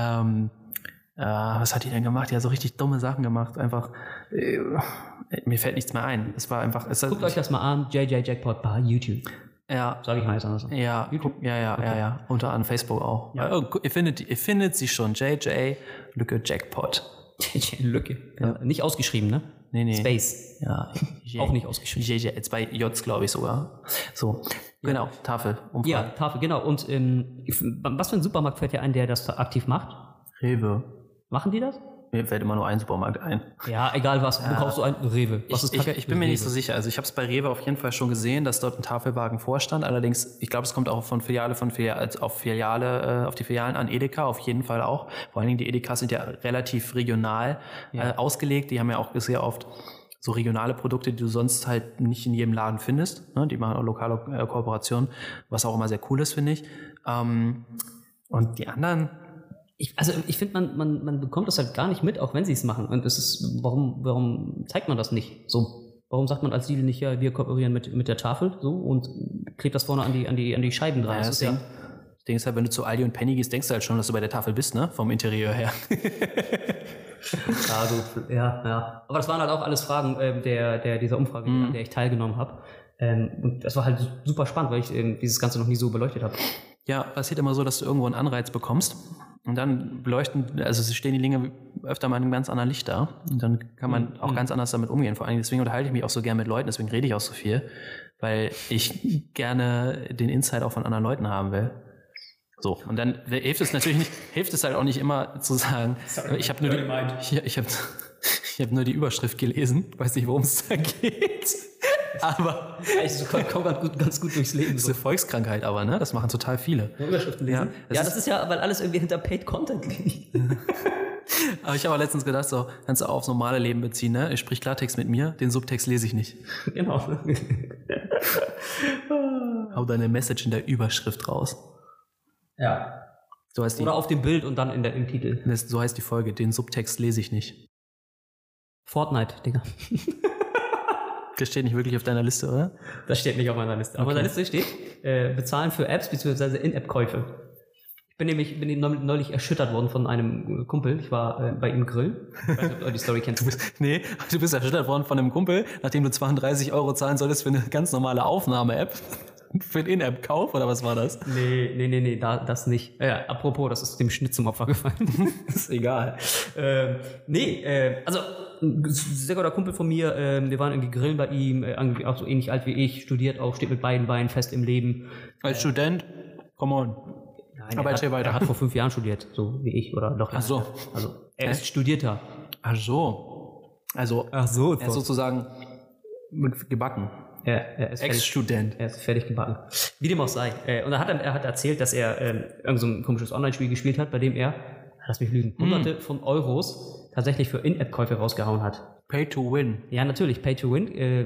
was hat die denn gemacht? Die hat so richtig dumme Sachen gemacht. Einfach, mir fällt nichts mehr ein. Es war einfach... Guckt euch das mal an, JJ Jackpot bei YouTube. Ja. Sag ich mal jetzt anders. Ja, YouTube? Ja. Unter anderem Facebook auch. Ja. Ihr findet sie schon. JJ Lücke Jackpot. JJ Lücke. Ja. Nicht ausgeschrieben, ne? Nee. Space. Ja. Auch nicht ausgeschrieben. JJ, jetzt bei J's, glaube ich sogar. So, genau, Tafel. Umfrage. Ja, Tafel, genau. Und was für ein Supermarkt fällt dir ein, der das aktiv macht? Rewe. Machen die das? Mir fällt immer nur ein Supermarkt ein. Ja, egal was. Du kaufst so ein Rewe. Ich bin mir nicht so sicher. Also ich habe es bei Rewe auf jeden Fall schon gesehen, dass dort ein Tafelwagen vorstand. Allerdings, ich glaube, es kommt auch von Filiale auf die Filialen an. Edeka auf jeden Fall auch. Vor allen Dingen die Edekas sind ja relativ regional ausgelegt. Die haben ja auch sehr oft so regionale Produkte, die du sonst halt nicht in jedem Laden findest. Ne? Die machen auch lokale Kooperationen, was auch immer sehr cool ist, finde ich. Und die anderen... Ich finde, man bekommt das halt gar nicht mit, auch wenn sie es machen. Und es ist, warum zeigt man das nicht? So, Warum sagt man als Lidl nicht, ja, wir kooperieren mit der Tafel so und klebt das vorne an die Scheiben dran? Ja, das Ding ist halt, wenn du zu Aldi und Penny gehst, denkst du halt schon, dass du bei der Tafel bist, ne? Vom Interieur her. Ja. Aber das waren halt auch alles Fragen dieser Umfrage, an der ich teilgenommen habe. Und das war halt super spannend, weil ich dieses Ganze noch nie so beleuchtet habe. Ja, passiert immer so, dass du irgendwo einen Anreiz bekommst und dann stehen die Dinge öfter mal in einem ganz anderen Licht da und dann kann man auch ganz anders damit umgehen. Vor allem deswegen unterhalte ich mich auch so gerne mit Leuten, deswegen rede ich auch so viel, weil ich gerne den Insight auch von anderen Leuten haben will. So, und dann hilft es halt auch nicht immer zu sagen, ich habe nur die Überschrift gelesen, weiß nicht, worum es da geht. Aber ich komme ganz gut durchs Leben. Das ist eine Volkskrankheit, aber ne, das machen total viele. Überschriften lesen. Ja, das ist ja, weil alles irgendwie hinter Paid Content liegt. Aber ich habe letztens gedacht, so kannst du auch aufs normale Leben beziehen, ne? Ich sprich Klartext mit mir, den Subtext lese ich nicht. Genau. Hau deine Message in der Überschrift raus. Ja. So heißt Oder auf dem Bild und dann im Titel. So heißt die Folge, den Subtext lese ich nicht. Fortnite, Digga. Das steht nicht wirklich auf deiner Liste, oder? Das steht nicht auf meiner Liste. Auf meiner Liste steht, bezahlen für Apps bzw. In-App-Käufe. Ich bin neulich erschüttert worden von einem Kumpel. Ich war bei ihm grillen. Ich weiß nicht, ob du die Story kennst. Du bist erschüttert worden von einem Kumpel, nachdem du 32 € zahlen solltest für eine ganz normale Aufnahme-App. Für den In-App-Kauf, oder was war das? Nee, das nicht. Apropos, das ist dem Schnitt zum Opfer gefallen. Ist egal. Also ein sehr guter Kumpel von mir, wir waren irgendwie grillen bei ihm, auch so ähnlich alt wie ich, studiert auch, steht mit beiden Beinen fest im Leben. Als Student? Come on. Nein, er hat vor 5 Jahren studiert, so wie ich, oder doch. Ach so. Also, er ist Studierter. Ach so. Also, er ist sozusagen gebacken. Er ist Ex-Student. Er ist fertig gebacken. Wie dem auch sei. Und er hat erzählt, dass er irgend so ein komisches Online-Spiel gespielt hat, bei dem er, lass mich lügen, Hunderte von Euros tatsächlich für In-App-Käufe rausgehauen hat. Pay to win. Ja, natürlich, Pay to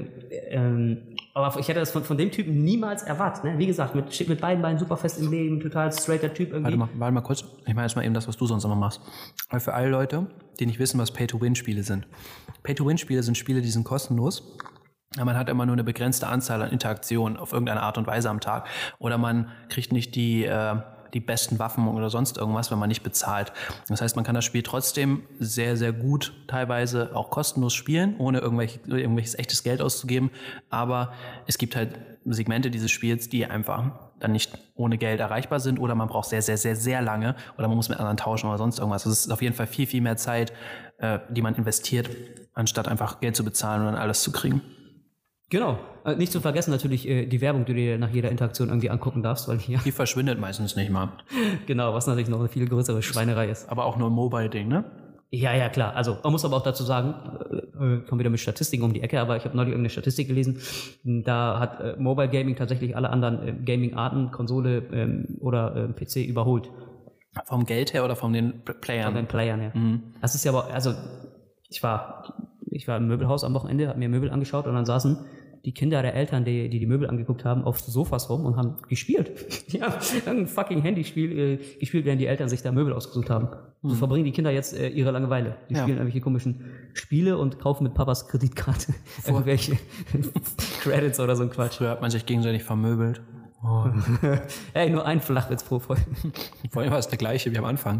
win. Aber ich hätte das von dem Typen niemals erwartet. Ne? Wie gesagt, steht mit beiden Beinen super fest im Leben, total straighter Typ irgendwie. Warte mal kurz. Ich meine jetzt mal eben das, was du sonst immer machst. Weil für alle Leute, die nicht wissen, was Pay-to-Win-Spiele sind. Pay-to-Win-Spiele sind Spiele, die sind kostenlos. Man hat immer nur eine begrenzte Anzahl an Interaktionen auf irgendeine Art und Weise am Tag. Oder man kriegt nicht die besten Waffen oder sonst irgendwas, wenn man nicht bezahlt. Das heißt, man kann das Spiel trotzdem sehr, sehr gut teilweise auch kostenlos spielen, ohne irgendwelches echtes Geld auszugeben. Aber es gibt halt Segmente dieses Spiels, die einfach dann nicht ohne Geld erreichbar sind oder man braucht sehr, sehr, sehr, sehr lange oder man muss mit anderen tauschen oder sonst irgendwas. Das ist auf jeden Fall viel, viel mehr Zeit, die man investiert, anstatt einfach Geld zu bezahlen und dann alles zu kriegen. Genau. Nicht zu vergessen natürlich die Werbung, die du dir nach jeder Interaktion irgendwie angucken darfst, weil die verschwindet meistens nicht mal. Genau, was natürlich noch eine viel größere Schweinerei ist. Aber auch nur ein Mobile-Ding, ne? Ja, klar. Also man muss aber auch dazu sagen, kommen wieder mit Statistiken um die Ecke, aber ich habe neulich irgendeine Statistik gelesen, da hat Mobile Gaming tatsächlich alle anderen Gaming-Arten, Konsole oder PC überholt. Vom Geld her oder von den Playern? Von den Playern her. Das ist ja aber, also ich war im Möbelhaus am Wochenende, habe mir Möbel angeschaut und dann saßen die Kinder der Eltern, die Möbel angeguckt haben, auf Sofas rum und haben gespielt. Die haben ein fucking Handyspiel gespielt, während die Eltern sich da Möbel ausgesucht haben. So verbringen die Kinder jetzt ihre Langeweile. Die spielen irgendwelche komischen Spiele und kaufen mit Papas Kreditkarte irgendwelche Credits oder so ein Quatsch. Früher hat man sich gegenseitig vermöbelt. Oh. Ey, nur ein Flachwitz pro Folge. Vorhin war es der gleiche wie am Anfang.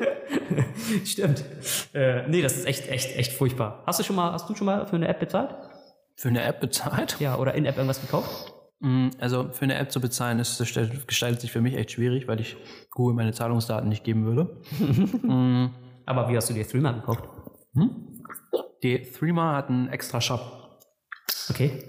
Stimmt. Nee, das ist echt furchtbar. Hast du schon mal für eine App bezahlt? Für eine App bezahlt? Ja, oder in-App irgendwas gekauft? Also für eine App zu bezahlen, gestaltet sich für mich echt schwierig, weil ich Google meine Zahlungsdaten nicht geben würde. Aber wie hast du dir Threema gekauft? Die Threema hat einen extra Shop. Okay.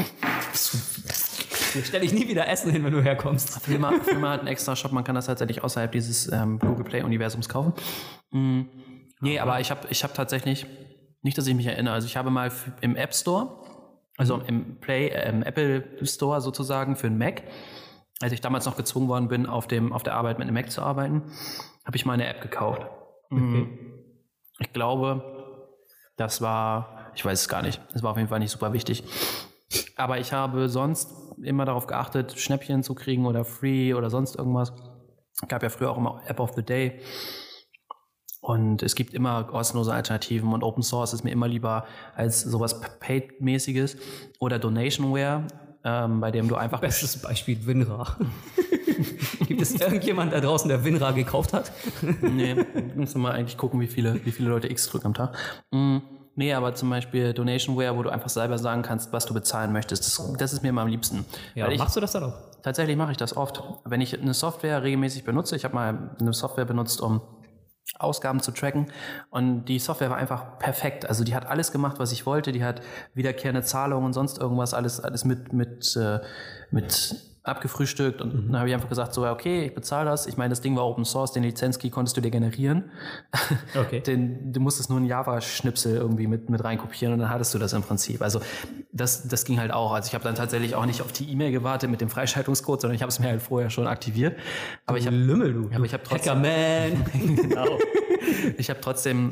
Hier stelle ich nie wieder Essen hin, wenn du herkommst. Threema hat einen extra Shop, man kann das tatsächlich außerhalb dieses Google Play-Universums kaufen. Nee, aber ich hab tatsächlich, nicht, dass ich mich erinnere, also ich habe mal im App Store, also im Apple Store sozusagen für einen Mac, als ich damals noch gezwungen worden bin, auf der Arbeit mit einem Mac zu arbeiten, habe ich mal eine App gekauft. Okay. Ich glaube, ich weiß es gar nicht, das war auf jeden Fall nicht super wichtig. Aber ich habe sonst immer darauf geachtet, Schnäppchen zu kriegen oder Free oder sonst irgendwas. Gab ja früher auch immer App of the Day. Und es gibt immer kostenlose Alternativen und Open Source ist mir immer lieber als sowas Paid-mäßiges oder Donationware, bei dem du einfach... Bestes Beispiel WinRAR. Gibt es irgendjemand da draußen, der WinRAR gekauft hat? Nee, musst du mal eigentlich gucken, wie viele Leute X drücken am Tag. Nee, aber zum Beispiel Donationware, wo du einfach selber sagen kannst, was du bezahlen möchtest. Das ist mir immer am liebsten. Ja, machst du das dann auch? Tatsächlich mache ich das oft. Wenn ich eine Software regelmäßig benutze, ich habe mal eine Software benutzt, um Ausgaben zu tracken und die Software war einfach perfekt. Also die hat alles gemacht, was ich wollte. Die hat wiederkehrende Zahlungen und sonst irgendwas, alles mit abgefrühstückt und dann habe ich einfach gesagt, so, okay, ich bezahle das. Ich meine, das Ding war Open Source, den Lizenzkey konntest du dir generieren. Okay. Du musstest nur einen Java-Schnipsel irgendwie mit reinkopieren und dann hattest du das im Prinzip. Also das ging halt auch. Also ich habe dann tatsächlich auch nicht auf die E-Mail gewartet mit dem Freischaltungscode, sondern ich habe es mir halt vorher schon aktiviert. Aber ich habe Lümmel, du. Aber ich habe trotzdem... Hackerman. Genau. Ich habe trotzdem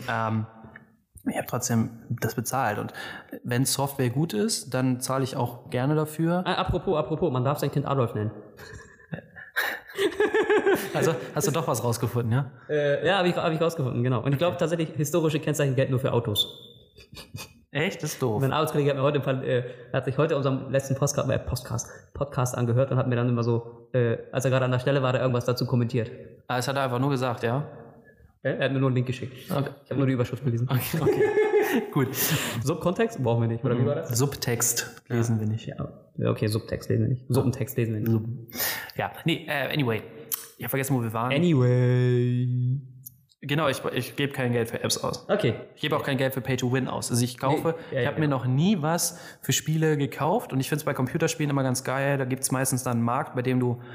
das bezahlt und wenn Software gut ist, dann zahle ich auch gerne dafür. Apropos, man darf sein Kind Adolf nennen. Also hast du doch was rausgefunden, ja? Ja, habe ich rausgefunden, genau. Und ich glaube tatsächlich, historische Kennzeichen gelten nur für Autos. Echt? Das ist doof. Mein Arbeitskollege hat sich heute unseren letzten Podcast angehört und hat mir dann immer so, als er gerade an der Stelle war, da irgendwas dazu kommentiert. Ah, das hat er einfach nur gesagt, ja? Er hat mir nur einen Link geschickt. Okay. Ich habe nur die Überschrift gelesen. Okay. Gut. Subkontext brauchen wir nicht, oder wie war das? Subtext lesen wir nicht. Ja, okay, Subtext lesen wir nicht. Suppentext lesen wir nicht. Ja, nee, anyway. Ich habe vergessen, wo wir waren. Anyway. Genau, ich gebe kein Geld für Apps aus. Okay. Ich gebe auch kein Geld für Pay-to-Win aus. Also ich habe mir noch nie was für Spiele gekauft und ich finde es bei Computerspielen immer ganz geil. Da gibt es meistens dann einen Markt, bei dem du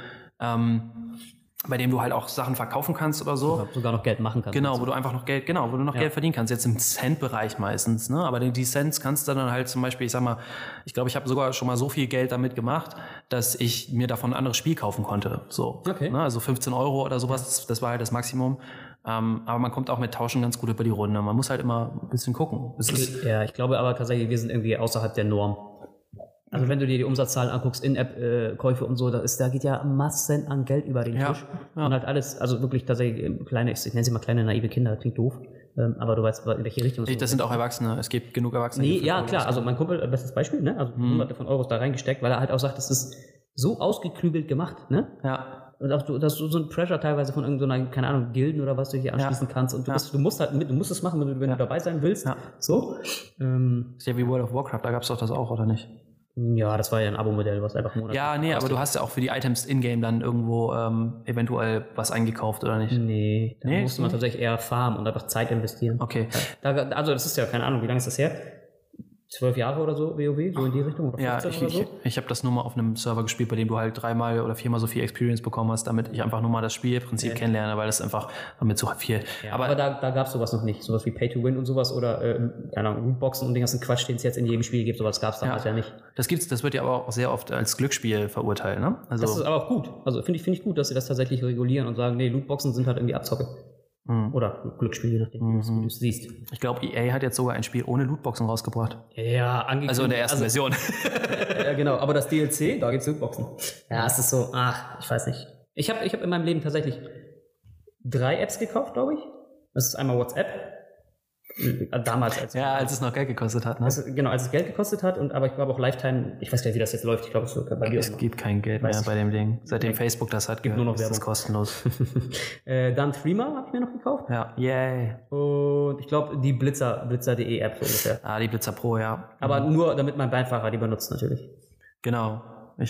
halt auch Sachen verkaufen kannst oder so. Sogar noch Geld machen kannst. Genau, wo du einfach noch Geld verdienen kannst. Jetzt im Cent-Bereich meistens, ne? Aber die Cents kannst du dann halt zum Beispiel, ich glaube, ich habe sogar schon mal so viel Geld damit gemacht, dass ich mir davon ein anderes Spiel kaufen konnte. So. Okay. Ne? Also 15 € oder sowas, das war halt das Maximum. Aber man kommt auch mit Tauschen ganz gut über die Runde. Man muss halt immer ein bisschen gucken. Ich glaube aber tatsächlich, wir sind irgendwie außerhalb der Norm. Also wenn du dir die Umsatzzahlen anguckst, In-App-Käufe und so, da geht ja Massen an Geld über den Tisch. Ja. Und halt alles, also wirklich tatsächlich kleine, ich nenne sie mal kleine naive Kinder, das klingt doof. Aber du weißt, in welche Richtung es Das sind auch Erwachsene, es gibt genug Erwachsene. Nee, ja klar, also mein Kumpel, bestes Beispiel, ne? Also Hunderte von Euros da reingesteckt, weil er halt auch sagt, das ist so ausgeklügelt gemacht, ne? Ja. Und auch dass du so ein Pressure teilweise von irgendeiner, keine Ahnung, Gilden oder was du hier anschließen kannst. Und du musst es machen, wenn du dabei sein willst. Ja. So. Ist ja wie World of Warcraft, da gab es doch das auch, oder nicht? Ja, das war ja ein Abo-Modell, was einfach monatlich. Ja, nee, aber du hast ja auch für die Items in-game dann irgendwo eventuell was eingekauft, oder nicht? Nee, da musste man tatsächlich eher farmen und einfach Zeit investieren. Okay. Also das ist ja, keine Ahnung, wie lange ist das her? 12 Jahre oder so, WoW, so in die Richtung? Oder 15 oder so? Ich habe das nur mal auf einem Server gespielt, bei dem du halt 3-mal oder 4-mal so viel Experience bekommen hast, damit ich einfach nur mal das Spielprinzip kennenlerne, weil das einfach damit so viel... Ja, aber da gab es sowas noch nicht, sowas wie Pay-to-Win und sowas oder, keine Ahnung, Lootboxen und den ganzen Quatsch, den es jetzt in jedem Spiel gibt, sowas gab es damals ja nicht. Das wird ja aber auch sehr oft als Glücksspiel verurteilt, ne? Also das ist aber auch gut, also finde ich gut, dass sie das tatsächlich regulieren und sagen, nee, Lootboxen sind halt irgendwie Abzocke. Oder Glücksspiel, je nachdem, wie du es siehst. Ich glaube, EA hat jetzt sogar ein Spiel ohne Lootboxen rausgebracht. Ja, angekündigt. Also in der ersten Version. Ja, genau. Aber das DLC, da gibt's Lootboxen. Ja, es ist so, ich weiß nicht. Ich hab in meinem Leben tatsächlich 3 Apps gekauft, glaube ich. Das ist einmal WhatsApp. Damals. Als es noch Geld gekostet hat, ne? Als es Geld gekostet hat. Aber ich glaube auch Lifetime, ich weiß gar nicht, wie das jetzt läuft. Ich glaube, es gibt kein Geld mehr bei dem Ding. Seitdem Facebook das hat, gibt nur noch Werbung. Ist es kostenlos. Dann Threema habe ich mir noch gekauft. Ja, yay. Und ich glaube, die Blitzer.de App so ungefähr. Die Blitzer Pro, ja. Aber nur, damit mein Beifahrer die benutzt natürlich. Genau.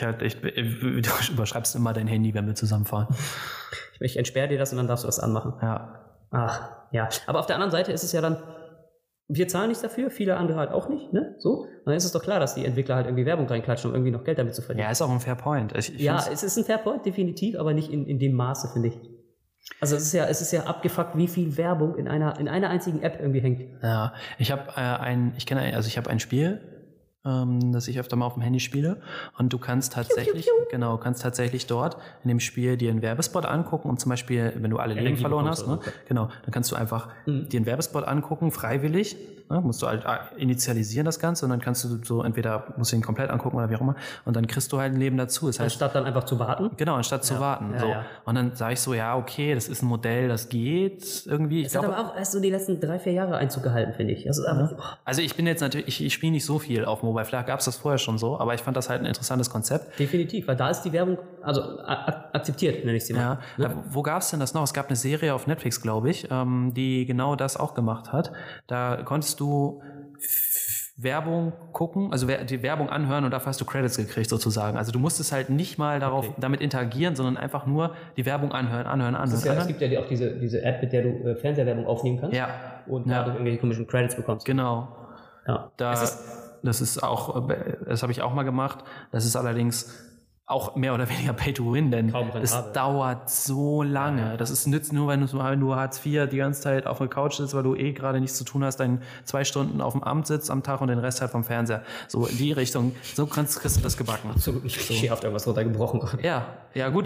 Du überschreibst immer dein Handy, wenn wir zusammenfahren. Ich entsperre dir das und dann darfst du das anmachen. Ja. Ach, ja. Aber auf der anderen Seite ist es ja dann, wir zahlen nichts dafür, viele andere halt auch nicht, ne? So. Und dann ist es doch klar, dass die Entwickler halt irgendwie Werbung reinklatschen, um irgendwie noch Geld damit zu verdienen. Ja, ist auch ein Fair Point. Es ist ein Fair Point, definitiv, aber nicht in dem Maße, finde ich. Also es ist ja abgefuckt, wie viel Werbung in einer einzigen App irgendwie hängt. Ja, ich habe ein Spiel, das ich öfter mal auf dem Handy spiele und du kannst tatsächlich dort in dem Spiel dir einen Werbespot angucken und zum Beispiel, wenn du alle Leben verloren hast, ne? Genau, dann kannst du einfach dir einen Werbespot angucken, freiwillig Ne? Musst du halt initialisieren das Ganze und dann kannst du so entweder, musst du ihn komplett angucken oder wie auch immer und dann kriegst du halt ein Leben dazu. Das heißt, anstatt dann einfach zu warten? Genau, anstatt zu warten. So. Ja. Und dann sage ich so, ja, okay, das ist ein Modell, das geht irgendwie. Es hat aber auch erst so die letzten 3-4 Jahre Einzug gehalten, finde ich. Also ich bin jetzt natürlich, ich spiele nicht so viel auf Mobile. Vielleicht gab es das vorher schon so, aber ich fand das halt ein interessantes Konzept. Definitiv, weil da ist die Werbung, also akzeptiert, nenne ich sie mal. Ja. Wo gab es denn das noch? Es gab eine Serie auf Netflix, glaube ich, die genau das auch gemacht hat. Da konntest du Werbung gucken, also die Werbung anhören und dafür hast du Credits gekriegt sozusagen. Also du musstest halt nicht mal damit interagieren, sondern einfach nur die Werbung anhören. Es gibt ja auch diese App, mit der du Fernsehwerbung aufnehmen kannst. Ja. Und dadurch irgendwelche komischen Credits bekommst. Genau. Ja. Das ist auch, das habe ich auch mal gemacht. Das ist allerdings auch mehr oder weniger Pay to Win, denn es dauert so lange. Das nützt nur, wenn du Hartz IV die ganze Zeit auf der Couch sitzt, weil du gerade nichts zu tun hast, dann 2 Stunden auf dem Amt sitzt am Tag und den Rest halt vom Fernseher. So in die Richtung, so kriegst du das gebacken. Absolut nicht klischeehaft irgendwas runtergebrochen. Ja, gut,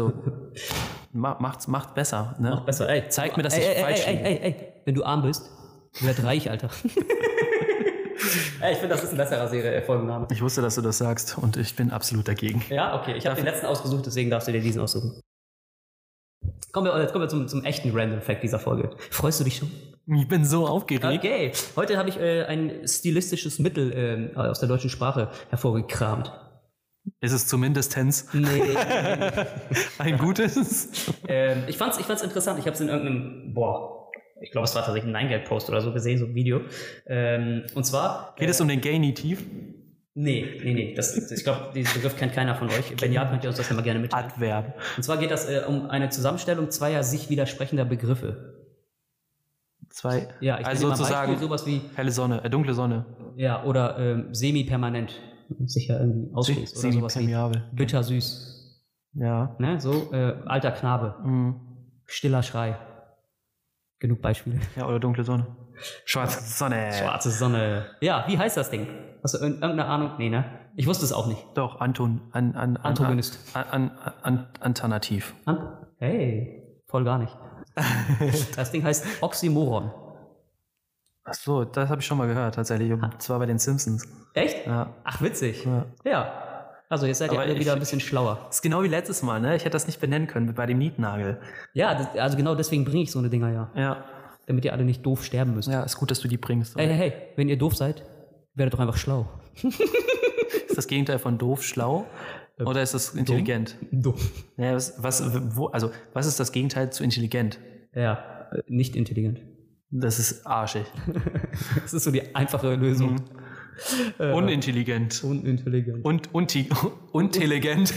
macht besser. Ne? Macht besser, ey. Zeigt mir, dass ich falsch liege. Ey, wenn du arm bist, du wirst reich, Alter. Ich finde, das ist ein besserer Folgenname. Ich wusste, dass du das sagst und ich bin absolut dagegen. Ja, okay. Ich habe den letzten ausgesucht, deswegen darfst du dir diesen aussuchen. Jetzt kommen wir zum echten Random Fact dieser Folge. Freust du dich schon? Ich bin so aufgeregt. Okay. Heute habe ich ein stilistisches Mittel aus der deutschen Sprache hervorgekramt. Ist es zumindest Tense? Nee. Ein gutes? Ich fand's interessant. Ich habe es in irgendeinem, ich glaube, es war tatsächlich ein 9gag-Post oder so gesehen, so ein Video. Und zwar... Geht es um den Genitiv? Nee. Ich glaube, diesen Begriff kennt keiner von euch. Wenn ja, könnt ihr uns das ja mal gerne mitteilen. Adverb. Und zwar geht das um eine Zusammenstellung zweier sich widersprechender Begriffe. Ja, ich also sozusagen sowas wie helle Sonne, dunkle Sonne. Ja, oder semi-permanent. Sich ja irgendwie ausschließt. Oder sowas wie bittersüß. Ja. Ne, so, alter Knabe. Stiller Schrei. Genug Beispiele. Ja, oder dunkle Sonne. Schwarze Sonne. Schwarze Sonne. Ja, wie heißt das Ding? Hast du irgendeine Ahnung? Nee, ne? Ich wusste es auch nicht. Doch, Antagonist. Alternativ. Hey, voll gar nicht. Das Ding heißt Oxymoron. Ach so, das habe ich schon mal gehört, tatsächlich. Und zwar bei den Simpsons. Echt? Ja. Ach, witzig. Ja. Also jetzt seid ihr alle wieder ein bisschen schlauer. Das ist genau wie letztes Mal, ne? Ich hätte das nicht benennen können, wie bei dem Nietnagel. Ja, also genau deswegen bringe ich so eine Dinger ja. Ja. Damit ihr alle nicht doof sterben müsst. Ja, ist gut, dass du die bringst. Hey, wenn ihr doof seid, werdet doch einfach schlau. Ist das Gegenteil von doof schlau? Oder ist das intelligent? Dumm. Ja, was ist das Gegenteil zu intelligent? Ja, nicht intelligent. Das ist arschig. Das ist so die einfache Lösung. Unintelligent. Unintelligent. Und intelligent.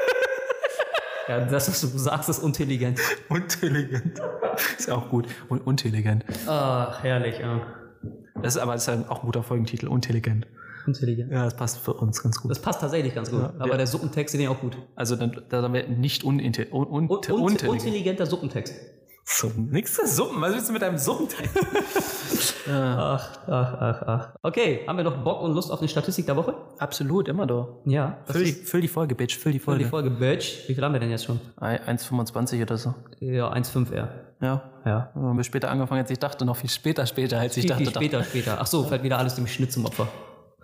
Ja, das, was du sagst, ist intelligent. Intelligent. Ist auch gut. Und intelligent. Ach, herrlich, ja. Das ist auch ein guter Folgentitel. Intelligent. Intelligent. Ja, das passt für uns ganz gut. Das passt tatsächlich ganz gut. Ja, aber der Suppentext ist ja auch gut. Also da haben wir nicht unintelligent. Intelligenter Suppentext. Nix für Suppen. Was willst du mit deinem Suppentext? Ach. Okay, haben wir noch Bock und Lust auf eine Statistik der Woche? Absolut, immer doch. Ja. Füll die Folge, Bitch. Füll die Folge, Bitch. Wie viel haben wir denn jetzt schon? 1,25 oder so. Ja, 1,5 eher. Ja. Haben wir später angefangen, als ich dachte, noch viel später, als ich dachte. Später. Ach so, fällt wieder alles dem Schnitt zum Opfer.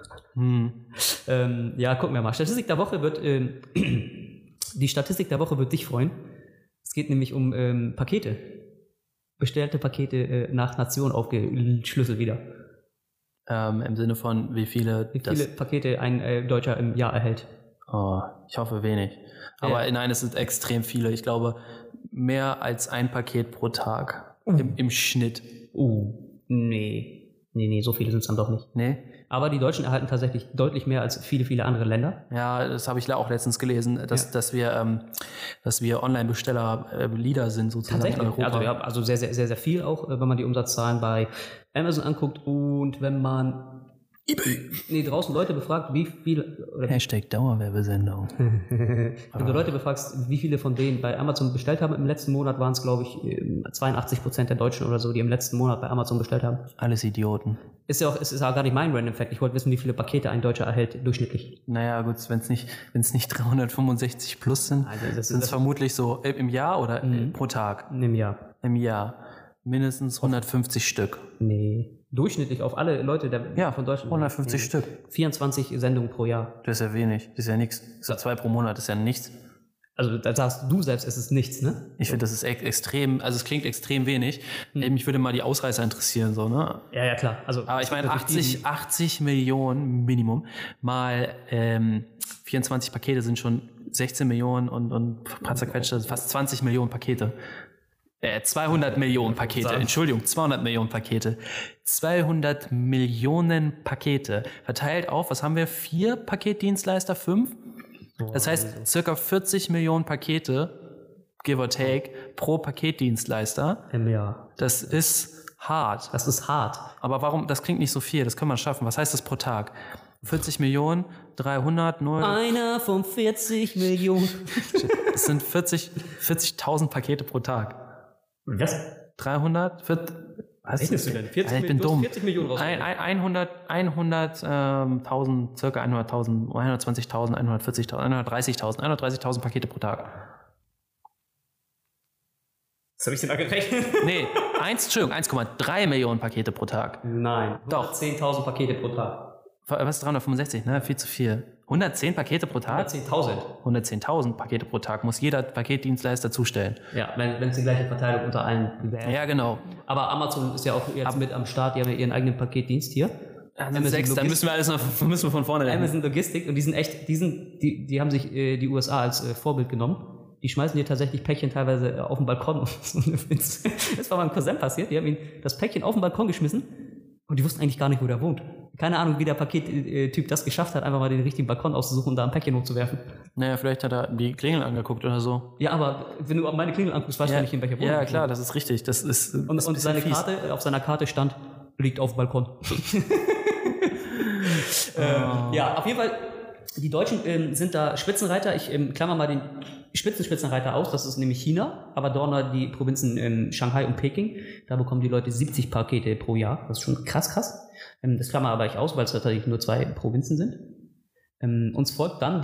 Ja, gucken wir mal. Statistik der Woche die Statistik der Woche wird dich freuen. Es geht nämlich um Pakete. Bestellte Pakete nach Nation aufgeschlüsselt wieder. Im Sinne von, wie viele Pakete ein Deutscher im Jahr erhält. Oh, ich hoffe wenig. Aber nein, es sind extrem viele. Ich glaube, mehr als ein Paket pro Tag im Schnitt. Nee, so viele sind es dann doch nicht. Nee? Aber die Deutschen erhalten tatsächlich deutlich mehr als viele, viele andere Länder. Ja, das habe ich auch letztens gelesen, dass wir Online-Besteller Leader sind sozusagen in Europa. Also sehr, sehr, sehr, sehr viel auch, wenn man die Umsatzzahlen bei Amazon anguckt und wenn man draußen Leute befragt, wie viel... Hashtag Dauerwerbesendung. Wenn du Leute befragst, wie viele von denen bei Amazon bestellt haben, im letzten Monat waren es, glaube ich, 82% der Deutschen oder so, die im letzten Monat bei Amazon bestellt haben. Alles Idioten. Es ist auch gar nicht mein Random Fact. Ich wollte wissen, wie viele Pakete ein Deutscher erhält, durchschnittlich. Naja, gut, wenn es nicht 365 plus sind, sind es vermutlich so im Jahr oder pro Tag? Im Jahr. Im Jahr. Mindestens 150 Stück. Nee. durchschnittlich auf alle Leute von Deutschland. 150 Stück. 24 Sendungen pro Jahr. Das ist ja wenig, das ist ja nichts. Das ist ja 2 pro Monat, das ist ja nichts. Also da sagst du selbst, es ist nichts, ne? Ich finde, das ist extrem, also es klingt extrem wenig. Mich würde mal die Ausreißer interessieren, so, ne? Ja, klar. Also, aber ich meine, 80 Millionen Minimum mal 24 Pakete sind schon 16 Millionen und ein paar zerquetschte, fast 20 Millionen Pakete. 200 Millionen Pakete, Entschuldigung, 200 Millionen Pakete. 200 Millionen Pakete. Verteilt auf, was haben wir? 4 Paketdienstleister, 5? Das heißt, circa 40 Millionen Pakete, give or take, pro Paketdienstleister. Im Jahr. Das ist hart. Das ist hart. Aber warum, das klingt nicht so viel, das können wir schaffen. Was heißt das pro Tag? 40 Millionen, 300, 0. Einer von 40 Millionen. Das sind 40.000 Pakete pro Tag. Was? 300? Was rechnest du denn? 40 ich bin dumm. 40 Millionen raus. 100.000, circa 100.000, 120.000, 140.000, 130.000 Pakete pro Tag. Was habe ich denn da gerechnet? Nee, 1,3 Millionen Pakete pro Tag. Nein. Doch. 10.000 Pakete pro Tag. Was ist 365, ne? Viel zu viel. 110 Pakete pro Tag? 110.000. 110.000 Pakete pro Tag muss jeder Paketdienstleister zustellen. Ja, wenn es die gleiche Verteilung unter allen wäre. Ja, genau. Aber Amazon ist ja auch jetzt mit am Start, die haben ja ihren eigenen Paketdienst hier. Dann müssen wir von vorne rechnen. Amazon Logistik und die sind echt, die haben sich die USA als Vorbild genommen. Die schmeißen hier tatsächlich Päckchen teilweise auf den Balkon. Das war meinem Cousin passiert. Die haben ihm das Päckchen auf den Balkon geschmissen und die wussten eigentlich gar nicht, wo der wohnt. Keine Ahnung, wie der Pakettyp das geschafft hat, einfach mal den richtigen Balkon auszusuchen und da ein Päckchen hochzuwerfen. Naja, vielleicht hat er die Klingel angeguckt oder so. Ja, aber wenn du meine Klingel anguckst, weißt du nicht, in welcher Wohnung. Ja, klar, das ist richtig. Das ist und seine Karte, auf seiner Karte stand, liegt auf dem Balkon. Ja, auf jeden Fall, die Deutschen sind da Spitzenreiter. Ich klammer mal den Spitzenreiter aus, das ist nämlich China, aber dort die Provinzen Shanghai und Peking, da bekommen die Leute 70 Pakete pro Jahr. Das ist schon krass. Das klammer aber ich aus, weil es tatsächlich nur 2 Provinzen sind. Uns folgt dann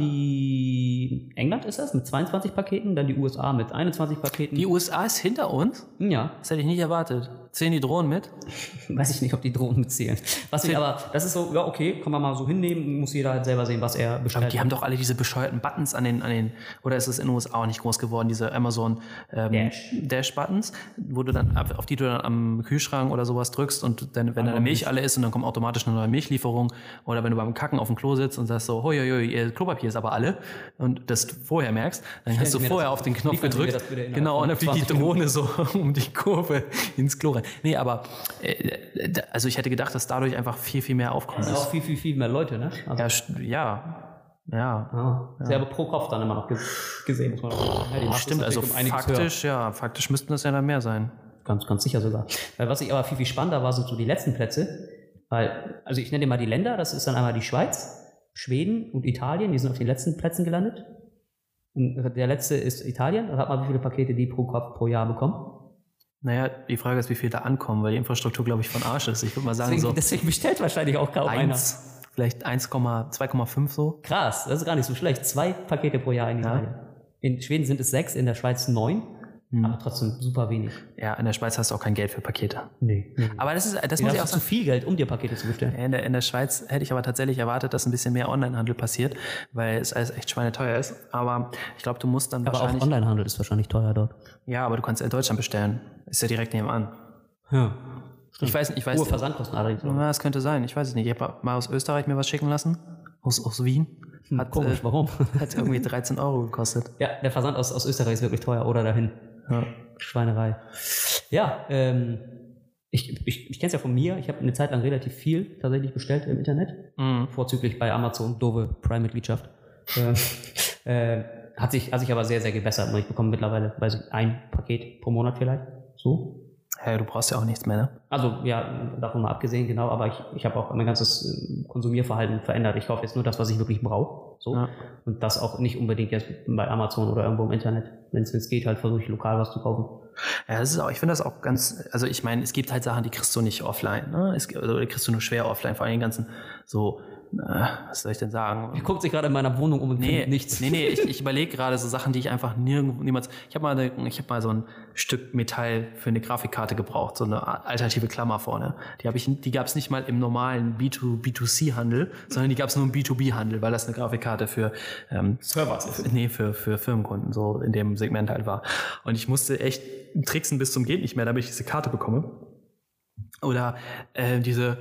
die England ist das mit 22 Paketen, dann die USA mit 21 Paketen. Die USA ist hinter uns? Ja. Das hätte ich nicht erwartet. Zählen die Drohnen mit? Weiß ich nicht, ob die Drohnen mitzählen. Aber das ist so, ja okay, kann man mal so hinnehmen, muss jeder halt selber sehen, was er bestellt. Aber die haben doch alle diese bescheuerten Buttons an den oder ist es in den USA auch nicht groß geworden, diese Amazon Dash-Buttons, auf die du dann am Kühlschrank oder sowas drückst und dann, wenn deine Milch alle ist und dann kommt automatisch eine neue Milchlieferung oder wenn du beim Kacken auf dem Klo sitzt und sagst so, hoi, ihr Klopapier ist aber alle und das vorher merkst, dann hast du vorher auf den Knopf gedrückt. Genau, und dann fliegt die Drohne so um die Kurve ins Klo rein. Nee, aber also ich hätte gedacht, dass dadurch einfach viel, viel mehr Aufkommen ist. Auch viel mehr Leute, ne? Also, ja. Sehr aber pro Kopf dann immer noch gesehen, muss man auch sagen. Stimmt, also faktisch müssten das ja dann mehr sein. Ganz sicher sogar. Weil was ich aber viel spannender war, sind so die letzten Plätze. Weil, also ich nenne dir mal die Länder, das ist dann einmal die Schweiz, Schweden und Italien, die sind auf den letzten Plätzen gelandet. Und der letzte ist Italien, da hat man wie viele Pakete die pro Kopf pro Jahr bekommen. Naja, die Frage ist, wie viele da ankommen, weil die Infrastruktur, glaube ich, von Arsch ist. Ich würde mal sagen, deswegen bestellt wahrscheinlich auch kaum einer. Vielleicht 2,5 so. Krass, das ist gar nicht so schlecht. 2 Pakete pro Jahr in Italien. In Schweden sind es 6, in der Schweiz 9. Aber trotzdem super wenig. Ja, in der Schweiz hast du auch kein Geld für Pakete. Nee. Aber das muss ich auch sagen. Zu viel Geld, um dir Pakete zu bestellen. In der Schweiz hätte ich aber tatsächlich erwartet, dass ein bisschen mehr Onlinehandel passiert, weil es alles echt schweineteuer ist. Aber ich glaube, du musst dann wahrscheinlich... Aber auch Onlinehandel ist wahrscheinlich teuer dort. Ja, aber du kannst in Deutschland bestellen. Ist ja direkt nebenan. Ja. Ich weiß hohe Versandkosten allerdings. Ja, das könnte sein. Ich weiß es nicht. Ich habe mal aus Österreich mir was schicken lassen. Aus Wien. Komisch, warum? Hat irgendwie 13 € gekostet. Ja, der Versand aus Österreich ist wirklich teuer. Oder dahin. Ja. Schweinerei. Ja, ich kenne es ja von mir. Ich habe eine Zeit lang relativ viel tatsächlich bestellt im Internet. Vorzüglich bei Amazon, doofe Prime-Mitgliedschaft. Hat sich aber sehr, sehr gebessert. Ich bekomme mittlerweile, ein Paket pro Monat vielleicht. So. Ja, du brauchst ja auch nichts mehr, ne? Also, ja, davon mal abgesehen, genau, aber ich habe auch mein ganzes Konsumierverhalten verändert. Ich kaufe jetzt nur das, was ich wirklich brauche. So. Ja. Und das auch nicht unbedingt jetzt bei Amazon oder irgendwo im Internet. Wenn es geht, halt versuche ich lokal was zu kaufen. Ja, das ist auch, ich finde das auch ganz, also ich meine, es gibt halt Sachen, die kriegst du nicht offline, ne? Oder kriegst du nur schwer offline, vor allem den ganzen so was soll ich denn sagen? Ich gucke sich gerade in meiner Wohnung um und finde nichts. Nee, ich überlege gerade so Sachen, die ich einfach niemals. Ich habe mal so ein Stück Metall für eine Grafikkarte gebraucht, so eine alternative Klammer vorne. Die gab es nicht mal im normalen B2C-Handel, sondern die gab es nur im B2B-Handel, weil das eine Grafikkarte für Servers ist. Nee, für Firmenkunden so in dem Segment halt war. Und ich musste echt tricksen bis zum geht nicht mehr, damit ich diese Karte bekomme. Oder diese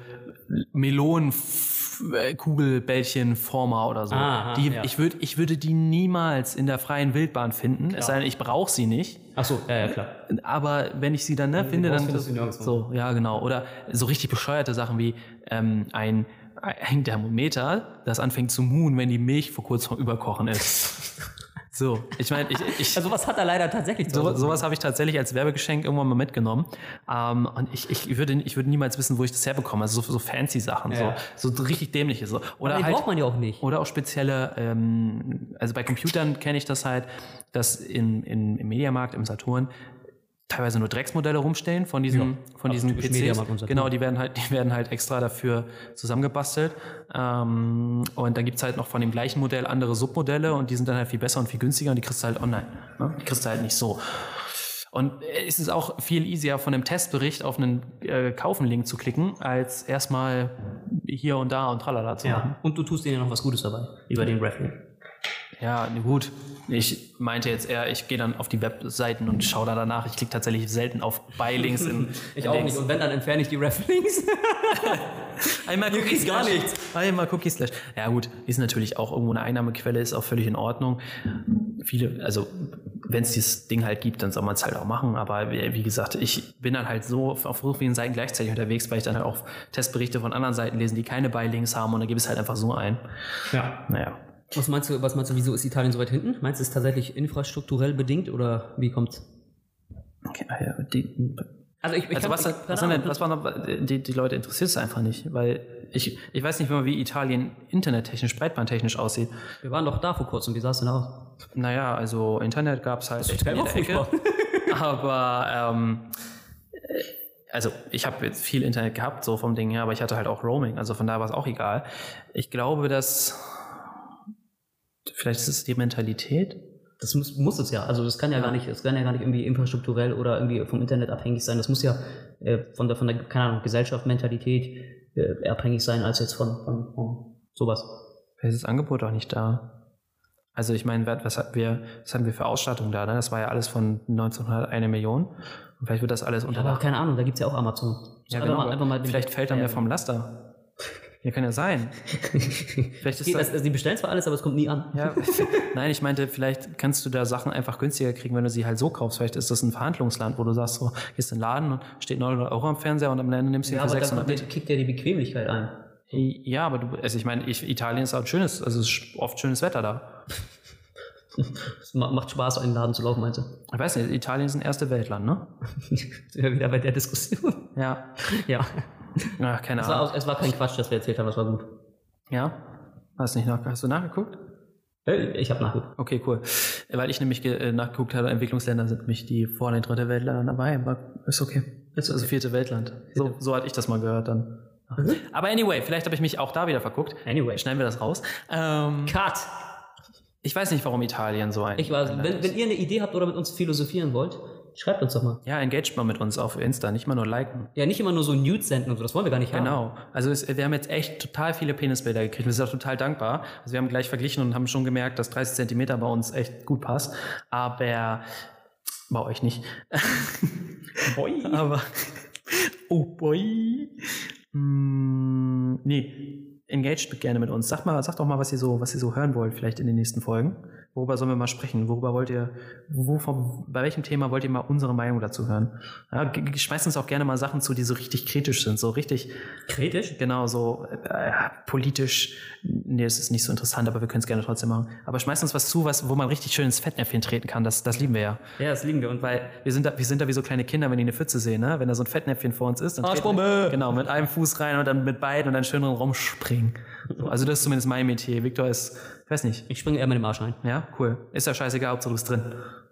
Melonenkugelbällchenformer oder so. Ich würde die niemals in der freien Wildbahn finden, es sei denn, ich brauche sie nicht. Ach so, ja, klar. Aber wenn ich sie dann finde, dann so. Ja, genau. Oder so richtig bescheuerte Sachen wie ein Thermometer, das anfängt zu muhen, wenn die Milch vor kurz vorm Überkochen ist. So, ich meine, also was hat er leider tatsächlich sowas habe ich tatsächlich als Werbegeschenk irgendwann mal mitgenommen. Und ich würde niemals wissen, wo ich das herbekomme. Also so fancy Sachen, so richtig dämliche. So. Oder die halt, braucht man ja auch nicht. Oder auch spezielle, also bei Computern kenne ich das halt, dass im Mediamarkt, im Saturn, teilweise nur Drecksmodelle rumstehen von diesen PCs. Genau, die werden halt extra dafür zusammengebastelt. Und dann gibt's halt noch von dem gleichen Modell andere Submodelle und die sind dann halt viel besser und viel günstiger und die kriegst du halt online. Ne? Die kriegst du halt nicht so. Und es ist auch viel easier, von einem Testbericht auf einen Kaufen-Link zu klicken, als erstmal hier und da und tralala zu machen. Und du tust denen ja noch was Gutes dabei, über den Reflink. Ja, gut. Ich meinte jetzt eher, ich gehe dann auf die Webseiten und schaue da danach. Ich klicke tatsächlich selten auf Buy-Links. Ich auch nicht. Und wenn, dann entferne ich die Ref-Links. Einmal Cookies gar nichts. Einmal Cookies slash. Ja gut, ist natürlich auch irgendwo eine Einnahmequelle, ist auch völlig in Ordnung. Also wenn es dieses Ding halt gibt, dann soll man es halt auch machen. Aber wie gesagt, ich bin dann halt so auf so vielen Seiten gleichzeitig unterwegs, weil ich dann halt auch Testberichte von anderen Seiten lesen, die keine Buy-Links haben und dann gebe ich es halt einfach so ein. Ja. Naja. Was meinst du, wieso ist Italien so weit hinten? Meinst du, es ist tatsächlich infrastrukturell bedingt oder wie kommt's? Okay, was war noch, die Leute interessiert es einfach nicht, weil ich weiß nicht mehr, wie Italien internettechnisch, breitbandtechnisch aussieht. Wir waren doch da vor kurzem, wie sah es denn aus? Naja, also Internet gab es halt echt in der Ecke. Aber also ich habe jetzt viel Internet gehabt, so vom Ding her, aber ich hatte halt auch Roaming, also von daher war es auch egal. Ich glaube, dass vielleicht ist es die Mentalität. Das muss es ja. Also das kann ja gar nicht irgendwie infrastrukturell oder irgendwie vom Internet abhängig sein. Das muss ja von der keine Ahnung, Gesellschaft, Mentalität abhängig sein, als jetzt von sowas. Vielleicht ist das Angebot auch nicht da. Also ich meine, was hatten wir für Ausstattung da? Ne? Das war ja alles von 1900 1 Million. Und vielleicht wird das alles unter. Aber keine Ahnung, da gibt es ja auch Amazon. Ja, genau. Einfach mal vielleicht fällt dann mehr vom Laster. Ja, kann ja sein. Vielleicht ist also die bestellen zwar alles, aber es kommt nie an. Ja. Nein, ich meinte, vielleicht kannst du da Sachen einfach günstiger kriegen, wenn du sie halt so kaufst. Vielleicht ist das ein Verhandlungsland, wo du sagst, so, gehst in den Laden und steht 900 € am Fernseher und am Ende nimmst du ihn für 600 mit. Kickt ja die Bequemlichkeit ein. Ja, aber Italien ist auch schönes, also es ist oft schönes Wetter da. Es macht Spaß, in den Laden zu laufen, meinst du? Ich weiß nicht, Italien ist ein erste Weltland, ne? Ja, wieder bei der Diskussion. Ja. Ach, keine Ahnung. Es war kein Quatsch, das wir erzählt haben, das war gut. Ja? Hast du nachgeguckt? Ich habe nachgeguckt. Okay, cool. Weil ich nämlich nachgeguckt habe, Entwicklungsländer sind nämlich die vor den dritte Weltländer dabei, aber ist okay. Ist also vierte Weltland. So hatte ich das mal gehört dann. Aber anyway, vielleicht habe ich mich auch da wieder verguckt. Anyway. Schneiden wir das raus. Cut! Ich weiß nicht, warum Italien so ein... Wenn ihr eine Idee habt oder mit uns philosophieren wollt, schreibt uns doch mal. Ja, engaged mal mit uns auf Insta, nicht mal nur liken. Ja, nicht immer nur so Nudes senden und so, das wollen wir gar nicht haben. Genau. Also wir haben jetzt echt total viele Penisbilder gekriegt. Wir sind auch total dankbar. Also wir haben gleich verglichen und haben schon gemerkt, dass 30 Zentimeter bei uns echt gut passt. Aber bei euch nicht. Boy. Aber... Oh boy. Nee. Engaged gerne mit uns. Sagt doch mal, was ihr so hören wollt, vielleicht in den nächsten Folgen. Worüber sollen wir mal sprechen? Bei welchem Thema wollt ihr mal unsere Meinung dazu hören? Ja, schmeißt uns auch gerne mal Sachen zu, die so richtig kritisch sind, so richtig... Kritisch? Genau, so politisch. Nee, das ist nicht so interessant, aber wir können es gerne trotzdem machen. Aber schmeißt uns was zu, wo man richtig schön ins Fettnäpfchen treten kann. Das lieben wir ja. Ja, das lieben wir. Und weil wir sind da wie so kleine Kinder, wenn die eine Pfütze sehen, ne? Wenn da so ein Fettnäpfchen vor uns ist, dann genau, mit einem Fuß rein und dann mit beiden und dann schön rumspringen. So, also das ist zumindest mein Metier. Victor ist, ich weiß nicht. Ich springe eher mit dem Arsch rein. Ja, cool. Ist ja scheißegal, Hauptsache du bist drin.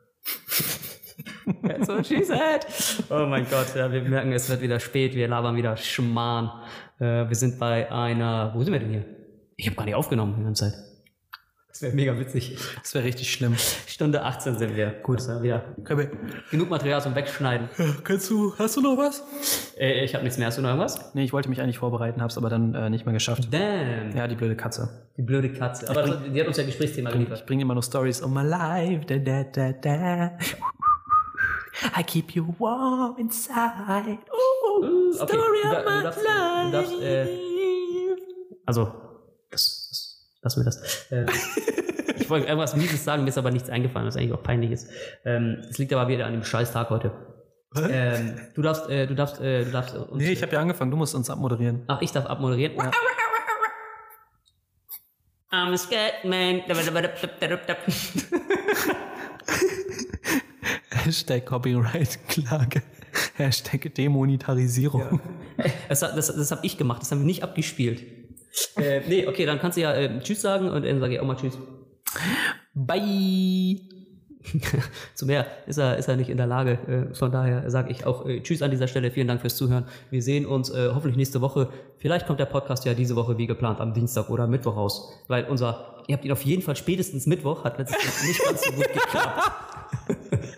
That's what she said. Oh mein Gott, ja, wir merken, es wird wieder spät. Wir labern wieder Schmarrn. Wir sind bei einer, wo sind wir denn hier? Ich habe gar nicht aufgenommen die ganze Zeit. Das wäre mega witzig. Das wäre richtig schlimm. Stunde 18 sind wir. Gut, wieder genug Material zum Wegschneiden. Hast du noch was? Ich habe nichts mehr. Hast du noch irgendwas? Nee, ich wollte mich eigentlich vorbereiten, hab's aber dann nicht mehr geschafft. Damn. Ja, die blöde Katze. Die blöde Katze. Aber die hat uns ja Gesprächsthema geliefert. Ich bringe immer nur Stories on my life. Da, da, da, da. I keep you warm inside. Okay, du darfst, also, lass mir das. Ich wollte irgendwas Mieses sagen, mir ist aber nichts eingefallen, was eigentlich auch peinlich ist. Es liegt aber wieder an dem scheiß Tag heute. Du darfst uns... Nee, ich habe ja angefangen, du musst uns abmoderieren. Ach, ich darf abmoderieren? Ja. I'm a scared man. Hashtag Copyright-Klage. Hashtag Demonetarisierung. Ja. Das habe ich gemacht, das haben wir nicht abgespielt. Nee, okay, dann kannst du ja Tschüss sagen und dann sage ich auch mal Tschüss. Bye! Zu mehr ist er nicht in der Lage. Von daher sage ich auch Tschüss an dieser Stelle. Vielen Dank fürs Zuhören. Wir sehen uns hoffentlich nächste Woche. Vielleicht kommt der Podcast ja diese Woche wie geplant am Dienstag oder Mittwoch raus. Weil ihr habt ihn auf jeden Fall spätestens Mittwoch, hat letztes Mal nicht ganz so gut geklappt.